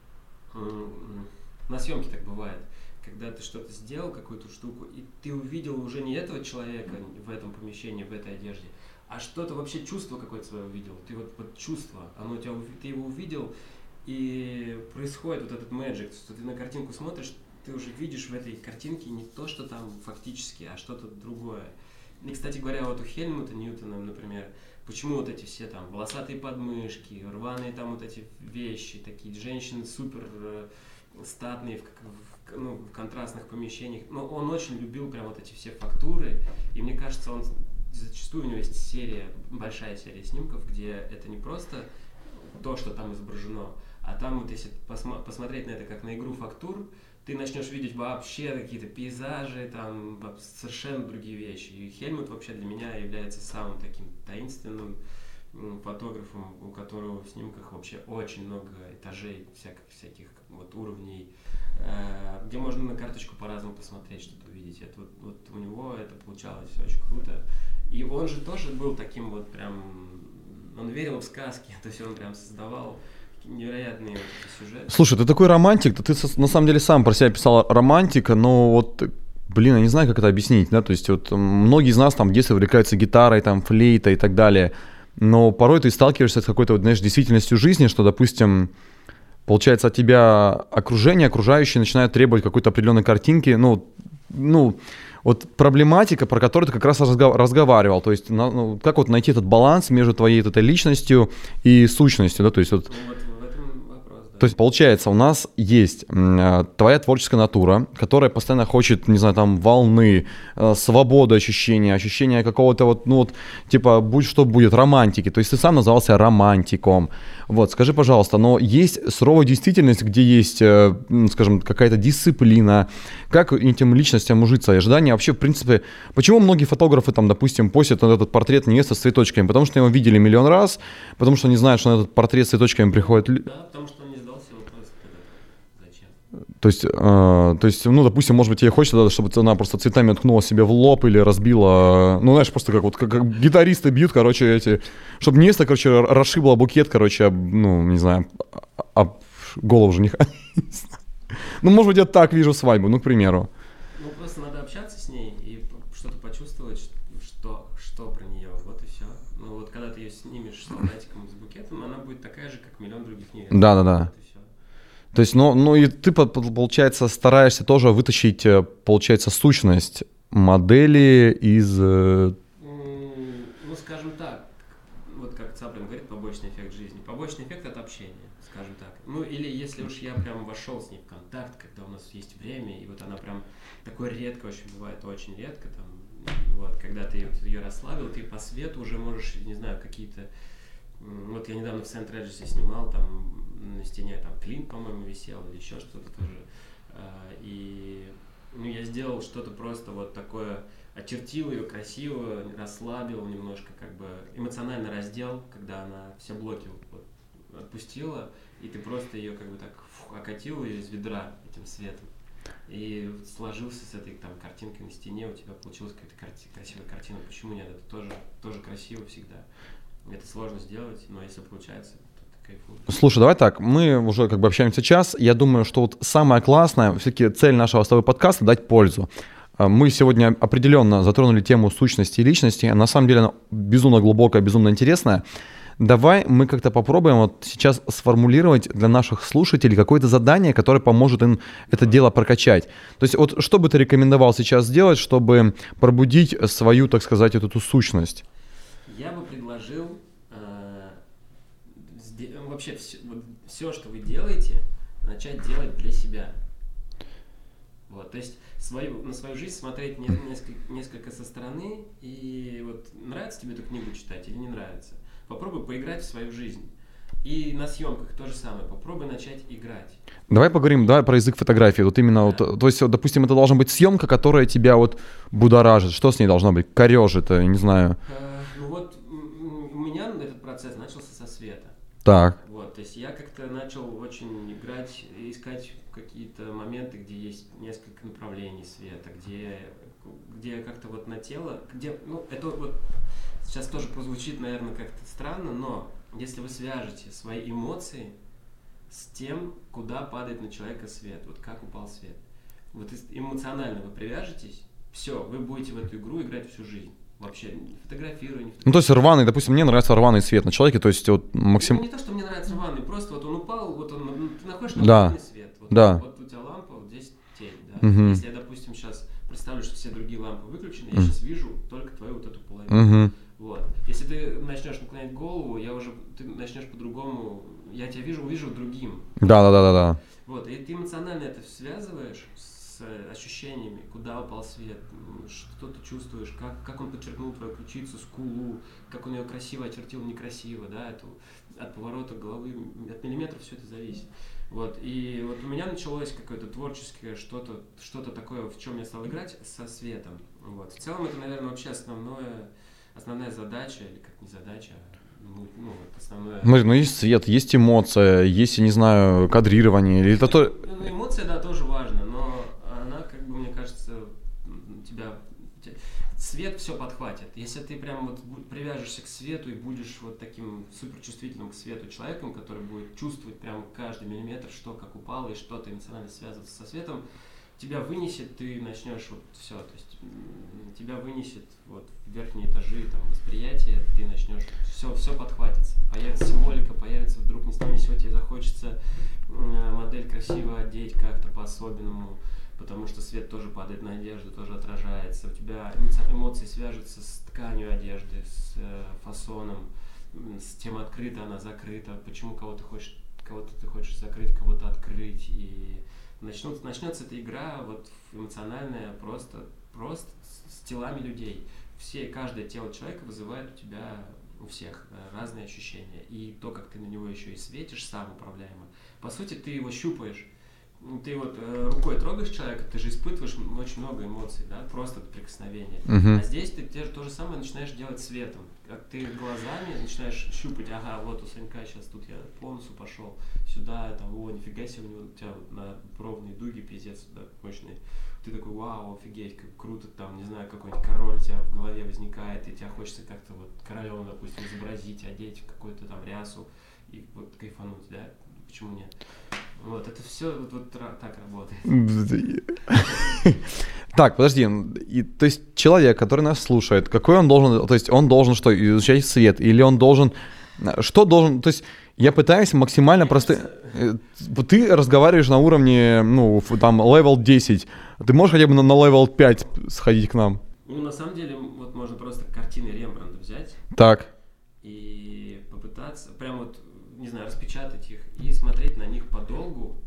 На съемке так бывает, когда ты что-то сделал, какую-то штуку, и ты увидел уже не этого человека в этом помещении, в этой одежде, а что-то вообще, чувство какое-то свое увидел. Ты вот чувство, ты его увидел, и происходит вот этот magic, что ты на картинку смотришь, ты уже видишь в этой картинке не то, что там фактически, а что-то другое. И, кстати говоря, вот у Хельмута Ньютона, например, почему вот эти все там волосатые подмышки, рваные там вот эти вещи, такие женщины супер статный, в контрастных помещениях. Но он очень любил прям вот эти все фактуры. И мне кажется, он зачастую у него есть большая серия снимков, где это не просто то, что там изображено, а там вот если посмотреть на это как на игру фактур, ты начнешь видеть вообще какие-то пейзажи, там совершенно другие вещи. И Хельмут вообще для меня является самым таким таинственным фотографом, у которого в снимках вообще очень много этажей, всяких вот уровней, где можно на карточку по-разному посмотреть, что-то увидеть. Это вот у него это получалось очень круто. И он же тоже был таким вот прям, он верил в сказки, то есть он прям создавал невероятные вот эти сюжеты. Слушай, ты такой романтик, ты на самом деле сам про себя писал романтика, но вот, блин, я не знаю, как это объяснить, да, то есть вот многие из нас там в детстве увлекаются гитарой, там, флейтой и так далее, но порой ты сталкиваешься с какой-то, вот, знаешь, действительностью жизни, что, допустим, получается, от тебя окружение, окружающие начинают требовать какой-то определенной картинки, ну, вот проблематика, про которую ты как раз разговаривал, то есть как вот найти этот баланс между твоей этой личностью и сущностью, да, то есть вот... В этом вопрос, да. То есть получается, у нас есть твоя творческая натура, которая постоянно хочет, не знаю, там, волны, свободы ощущения какого-то вот, ну вот, типа, будь что будет, романтики, то есть ты сам назывался романтиком. Вот, скажи, пожалуйста, но есть суровая действительность, где есть, скажем, какая-то дисциплина, как этим личностям ужиться, и ожидания вообще, в принципе, почему многие фотографы, там, допустим, постят вот этот портрет невесты с цветочками, потому что его видели миллион раз, потому что они знают, что на этот портрет с цветочками приходят... Да, потому что он не сдался вопрос, зачем. То есть, ну, допустим, может быть, ей хочется, чтобы она просто цветами ткнула себе в лоб или разбила, ну, знаешь, просто как гитаристы бьют, короче, чтобы невеста, короче, расшибла букет, короче, ну, не знаю, об голову жениха. Ну, может быть, я так вижу свадьбу, ну, к примеру. Ну, просто надо общаться с ней и что-то почувствовать, что про нее, вот и все. Ну, вот когда ты ее снимешь с солдатиком, с букетом, она будет такая же, как миллион других невест. Да. То есть, ну и ты, получается, стараешься тоже вытащить, получается, сущность модели из... Ну, скажем так, вот как Цаплин говорит, побочный эффект жизни. Побочный эффект от общения, скажем так. Ну, или если уж я прям вошел с ней в контакт, когда у нас есть время, и вот она прям такое редко очень бывает, очень редко, там, вот, когда ты ее расслабил, ты по свету уже можешь, не знаю, какие-то... Вот я недавно в Сент-Реджесе снимал, там на стене там Клинт, по-моему, висел или еще что-то тоже. И я сделал что-то просто вот такое, очертил ее красиво, расслабил немножко, как бы эмоционально раздел, когда она все блоки вот отпустила, и ты просто ее как бы так окатил из ведра этим светом. И сложился с этой там картинкой на стене, у тебя получилась какая-то красивая картина. Почему нет? Это тоже красиво всегда. Это сложно сделать, но если получается, то ты кайфуешь. Слушай, давай так, мы уже как бы общаемся час, я думаю, что вот самое классное, все-таки цель нашего с тобой подкаста — дать пользу. Мы сегодня определенно затронули тему сущности и личности, на самом деле она безумно глубокая, безумно интересная. Давай мы как-то попробуем вот сейчас сформулировать для наших слушателей какое-то задание, которое поможет им это дело прокачать. То есть вот что бы ты рекомендовал сейчас сделать, чтобы пробудить свою, так сказать, эту сущность? Я бы предложил вообще все, что вы делаете, начать делать для себя. Вот, то есть на свою жизнь смотреть несколько со стороны, и вот нравится тебе эту книгу читать или не нравится. Попробуй поиграть в свою жизнь. И на съемках то же самое. Попробуй начать играть. Давай поговорим, про язык фотографии. Вот именно, да. То есть, допустим, это должна быть съемка, которая тебя вот будоражит. Что с ней должно быть? Корежит, не знаю. Ну вот у меня этот процесс начался со света. Так. Вот, то есть я как-то начал очень играть, искать какие-то моменты, где есть несколько направлений света, где как-то вот на тело, это вот сейчас тоже прозвучит, наверное, как-то странно, но если вы свяжете свои эмоции с тем, куда падает на человека свет, вот как упал свет, вот эмоционально вы привяжетесь, все, вы будете в эту игру играть всю жизнь. Вообще, не фотографируя, не фотографируя. Ну, то есть рваный, допустим, мне нравится рваный свет на человеке, то есть вот максимум... Не то, что мне нравится рваный, просто вот он упал, вот ты находишь нормальный свет. Вот, да. Вот у тебя лампа, вот здесь тень, да. Если я, допустим, сейчас представлю, что все другие лампы выключены, я сейчас вижу только твою вот эту половину. Вот. Если ты начнешь наклонять голову, ты начнешь по-другому я тебя увижу другим. Да. Вот, и ты эмоционально это связываешь с ощущениями, куда упал свет, что ты чувствуешь, как он подчеркнул твою ключицу, скулу, как он ее красиво очертил, некрасиво, да, от поворота головы, от миллиметров все это зависит. Вот, и вот у меня началось какое-то творческое что-то такое, в чем я стал играть со светом. Вот. В целом это, наверное, вообще основная задача, или как не задача, основное... Ну, есть цвет, есть эмоция, есть, я не знаю, кадрирование, или это то... Эмоция, да, тоже важна, но она, как бы, мне кажется, свет все подхватит. Если ты прям вот привяжешься к свету и будешь вот таким суперчувствительным к свету человеком, который будет чувствовать прям каждый миллиметр, что как упало и что ты эмоционально связывается со светом, тебя вынесет, ты начнешь вот все, то есть тебя вынесет вот в верхние этажи там, восприятия, ты начнешь, все подхватится, появится символика, появится вдруг ни с того ни с сего тебе захочется модель красиво одеть как-то по-особенному, потому что свет тоже падает на одежду, тоже отражается, у тебя эмоции свяжутся с тканью одежды, с фасоном, с тем, открыта она, закрыта, почему кого-то ты хочешь закрыть, кого-то открыть, и начнется эта игра вот эмоциональная просто с телами людей. Каждое тело человека вызывает у тебя, у всех разные ощущения. И то, как ты на него еще и светишь сам управляемо. По сути, ты его щупаешь. Ты вот рукой трогаешь человека, ты же испытываешь очень много эмоций, да, просто от прикосновения. А здесь ты то же самое начинаешь делать светом. Как ты глазами начинаешь щупать, ага, вот у Санька сейчас тут я по носу пошел, сюда, там, нифига себе, у тебя вот на ровные дуги пиздец, да, мощные. Ты такой, вау, офигеть, как круто, там, не знаю, какой-нибудь король у тебя в голове возникает, и тебе хочется как-то вот королем, допустим, изобразить, одеть в какую-то там рясу и вот кайфануть, да, почему нет? Вот, это все вот так работает. Так, подожди, то есть человек, который нас слушает, какой он должен, то есть он должен что, изучать свет, или он должен, что должен, то есть я пытаюсь максимально просто, ты разговариваешь на уровне, ну, там, level 10, ты можешь хотя бы на level 5 сходить к нам? Ну, на самом деле, вот можно просто картины Рембрандта взять. Так. И попытаться, прям вот, не знаю, распечатать их и смотреть на них подолгу,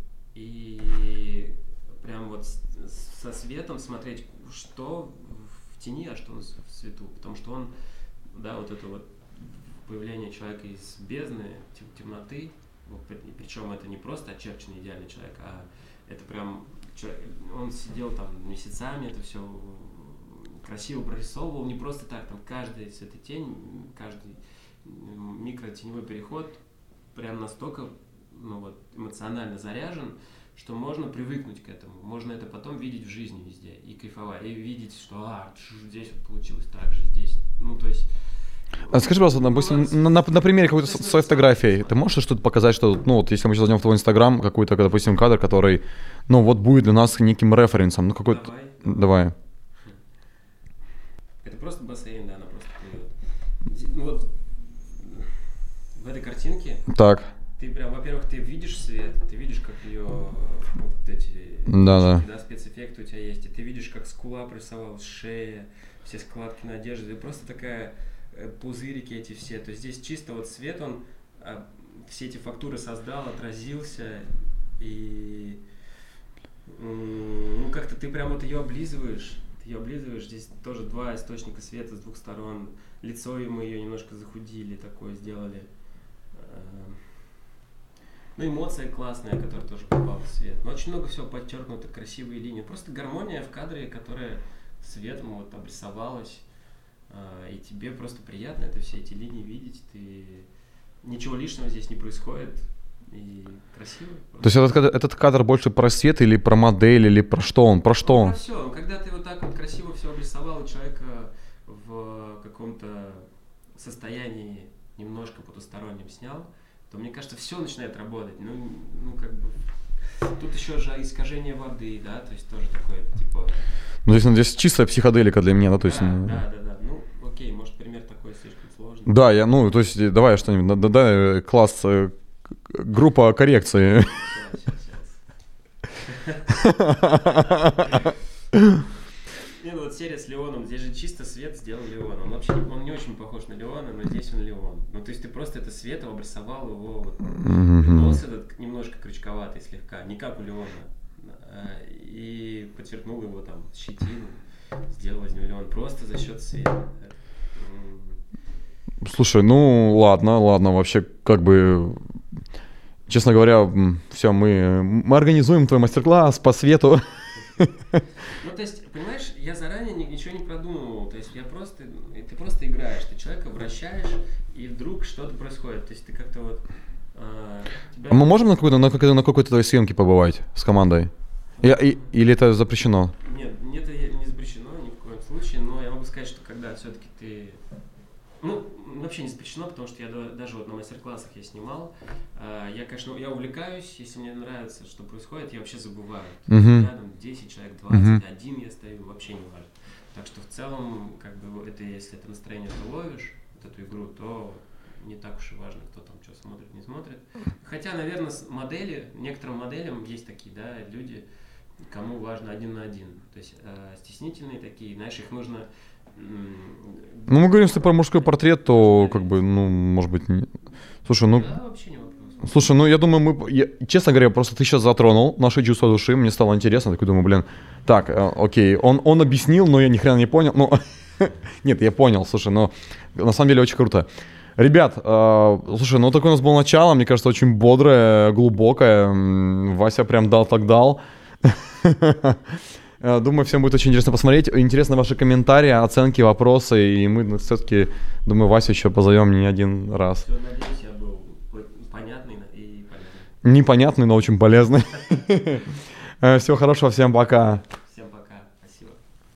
и прям вот со светом смотреть, что в тени, а что в свету. Потому что он, да, вот это вот появление человека из бездны, темноты, причем это не просто очерченный идеальный человек, а это прям, он сидел там месяцами, это все красиво прорисовывал, не просто так, там каждая из этой тени, каждый микротеневой переход прям настолько, ну вот, эмоционально заряжен, что можно привыкнуть к этому, можно это потом видеть в жизни везде и кайфовать, и видеть, что здесь вот получилось так же, здесь, ну то есть... Скажи, пожалуйста, допустим, на примере какой-то своей фотографии, ты можешь что-то показать, что, ну вот, если мы сейчас зайдем в твой Инстаграм, какой-то, допустим, кадр, который, ну вот, будет для нас неким референсом, ну какой-то... Давай. Это просто бассейн, да, она просто плывет. Ну вот, в этой картинке... Так. Ты прям, во-первых, ты видишь свет, ты видишь, как ее вот эти да, спецэффекты у тебя есть, и ты видишь, как скула прорисовалась, шея, все складки на одежде, просто такая пузырики эти все. То есть здесь чисто вот свет, он все эти фактуры создал, отразился, и ну как-то ты прям вот ее облизываешь, здесь тоже два источника света с двух сторон, лицо мы ее немножко захудили, такое сделали. Ну, эмоция классная, которая тоже попала в свет. Но очень много всего подчеркнуто, красивые линии. Просто гармония в кадре, которая светом вот обрисовалась. И тебе просто приятно это все эти линии видеть. Ничего лишнего здесь не происходит. И красиво. То есть этот кадр больше про свет или про модель, или про что он? Про что он? Про все. Когда ты вот так вот красиво все обрисовал, у человека в каком-то состоянии немножко потустороннем снял, то, мне кажется, все начинает работать. Ну, как бы... Тут еще же искажение воды, да, то есть тоже такое, типа... Ну, здесь чистая психоделика для меня, да, то есть... Да. Ну, окей, может, пример такой слишком сложный. Да, то есть, давай что-нибудь, да, класс, группа коррекции. Нет, вот серия с Леоном, здесь же чисто свет сделал Леон. Он вообще он не очень похож на Леона, но здесь он Леон. Ну, то есть ты просто это светом обрисовал его, вот, нос этот немножко крючковатый слегка, не как у Леона. И подчеркнул его там щетину, сделал из него Леон просто за счет света. Слушай, ну ладно, вообще как бы, честно говоря, все, мы организуем твой мастер-класс по свету. Ну, то есть, понимаешь, я заранее ничего не продумывал, то есть ты просто играешь, ты человека вращаешь, и вдруг что-то происходит, то есть ты как-то вот... А мы можем на какой-то твоей съемке побывать с командой? Или это запрещено? Нет, это не запрещено ни в коем случае, но я могу сказать, что когда все-таки ты... Ну, вообще не запрещено, потому что я даже вот на мастер-классах я снимал. Я, конечно, я увлекаюсь, если мне нравится, что происходит, я вообще забываю. Рядом 10 человек, 20, один я стою, вообще не важно. Так что в целом, как бы, это, если это настроение ты ловишь, вот эту игру, то не так уж и важно, кто там что смотрит, не смотрит. Хотя, наверное, некоторым моделям есть такие, да, люди, кому важно 1 на 1. То есть стеснительные такие, знаешь, их нужно... Ну, мы говорим, если про мужской портрет, то как бы, ну, может быть, не... Слушай, ну... Да, вообще не вопрос. Слушай, ну, я думаю, честно говоря, просто ты сейчас затронул наши чувства души, мне стало интересно, такой думаю, блин, так, окей, он объяснил, но я ни хрена не понял, ну, нет, я понял, слушай, но на самом деле очень круто. Ребят, слушай, ну, такое у нас было начало, мне кажется, очень бодрое, глубокое, Вася прям дал. Думаю, всем будет очень интересно посмотреть. Интересны ваши комментарии, оценки, вопросы. И мы все-таки, думаю, Васю еще позовем не один раз. Все, надеюсь, я был понятный и полезный. Непонятный, но очень полезный. Всего хорошего, всем пока.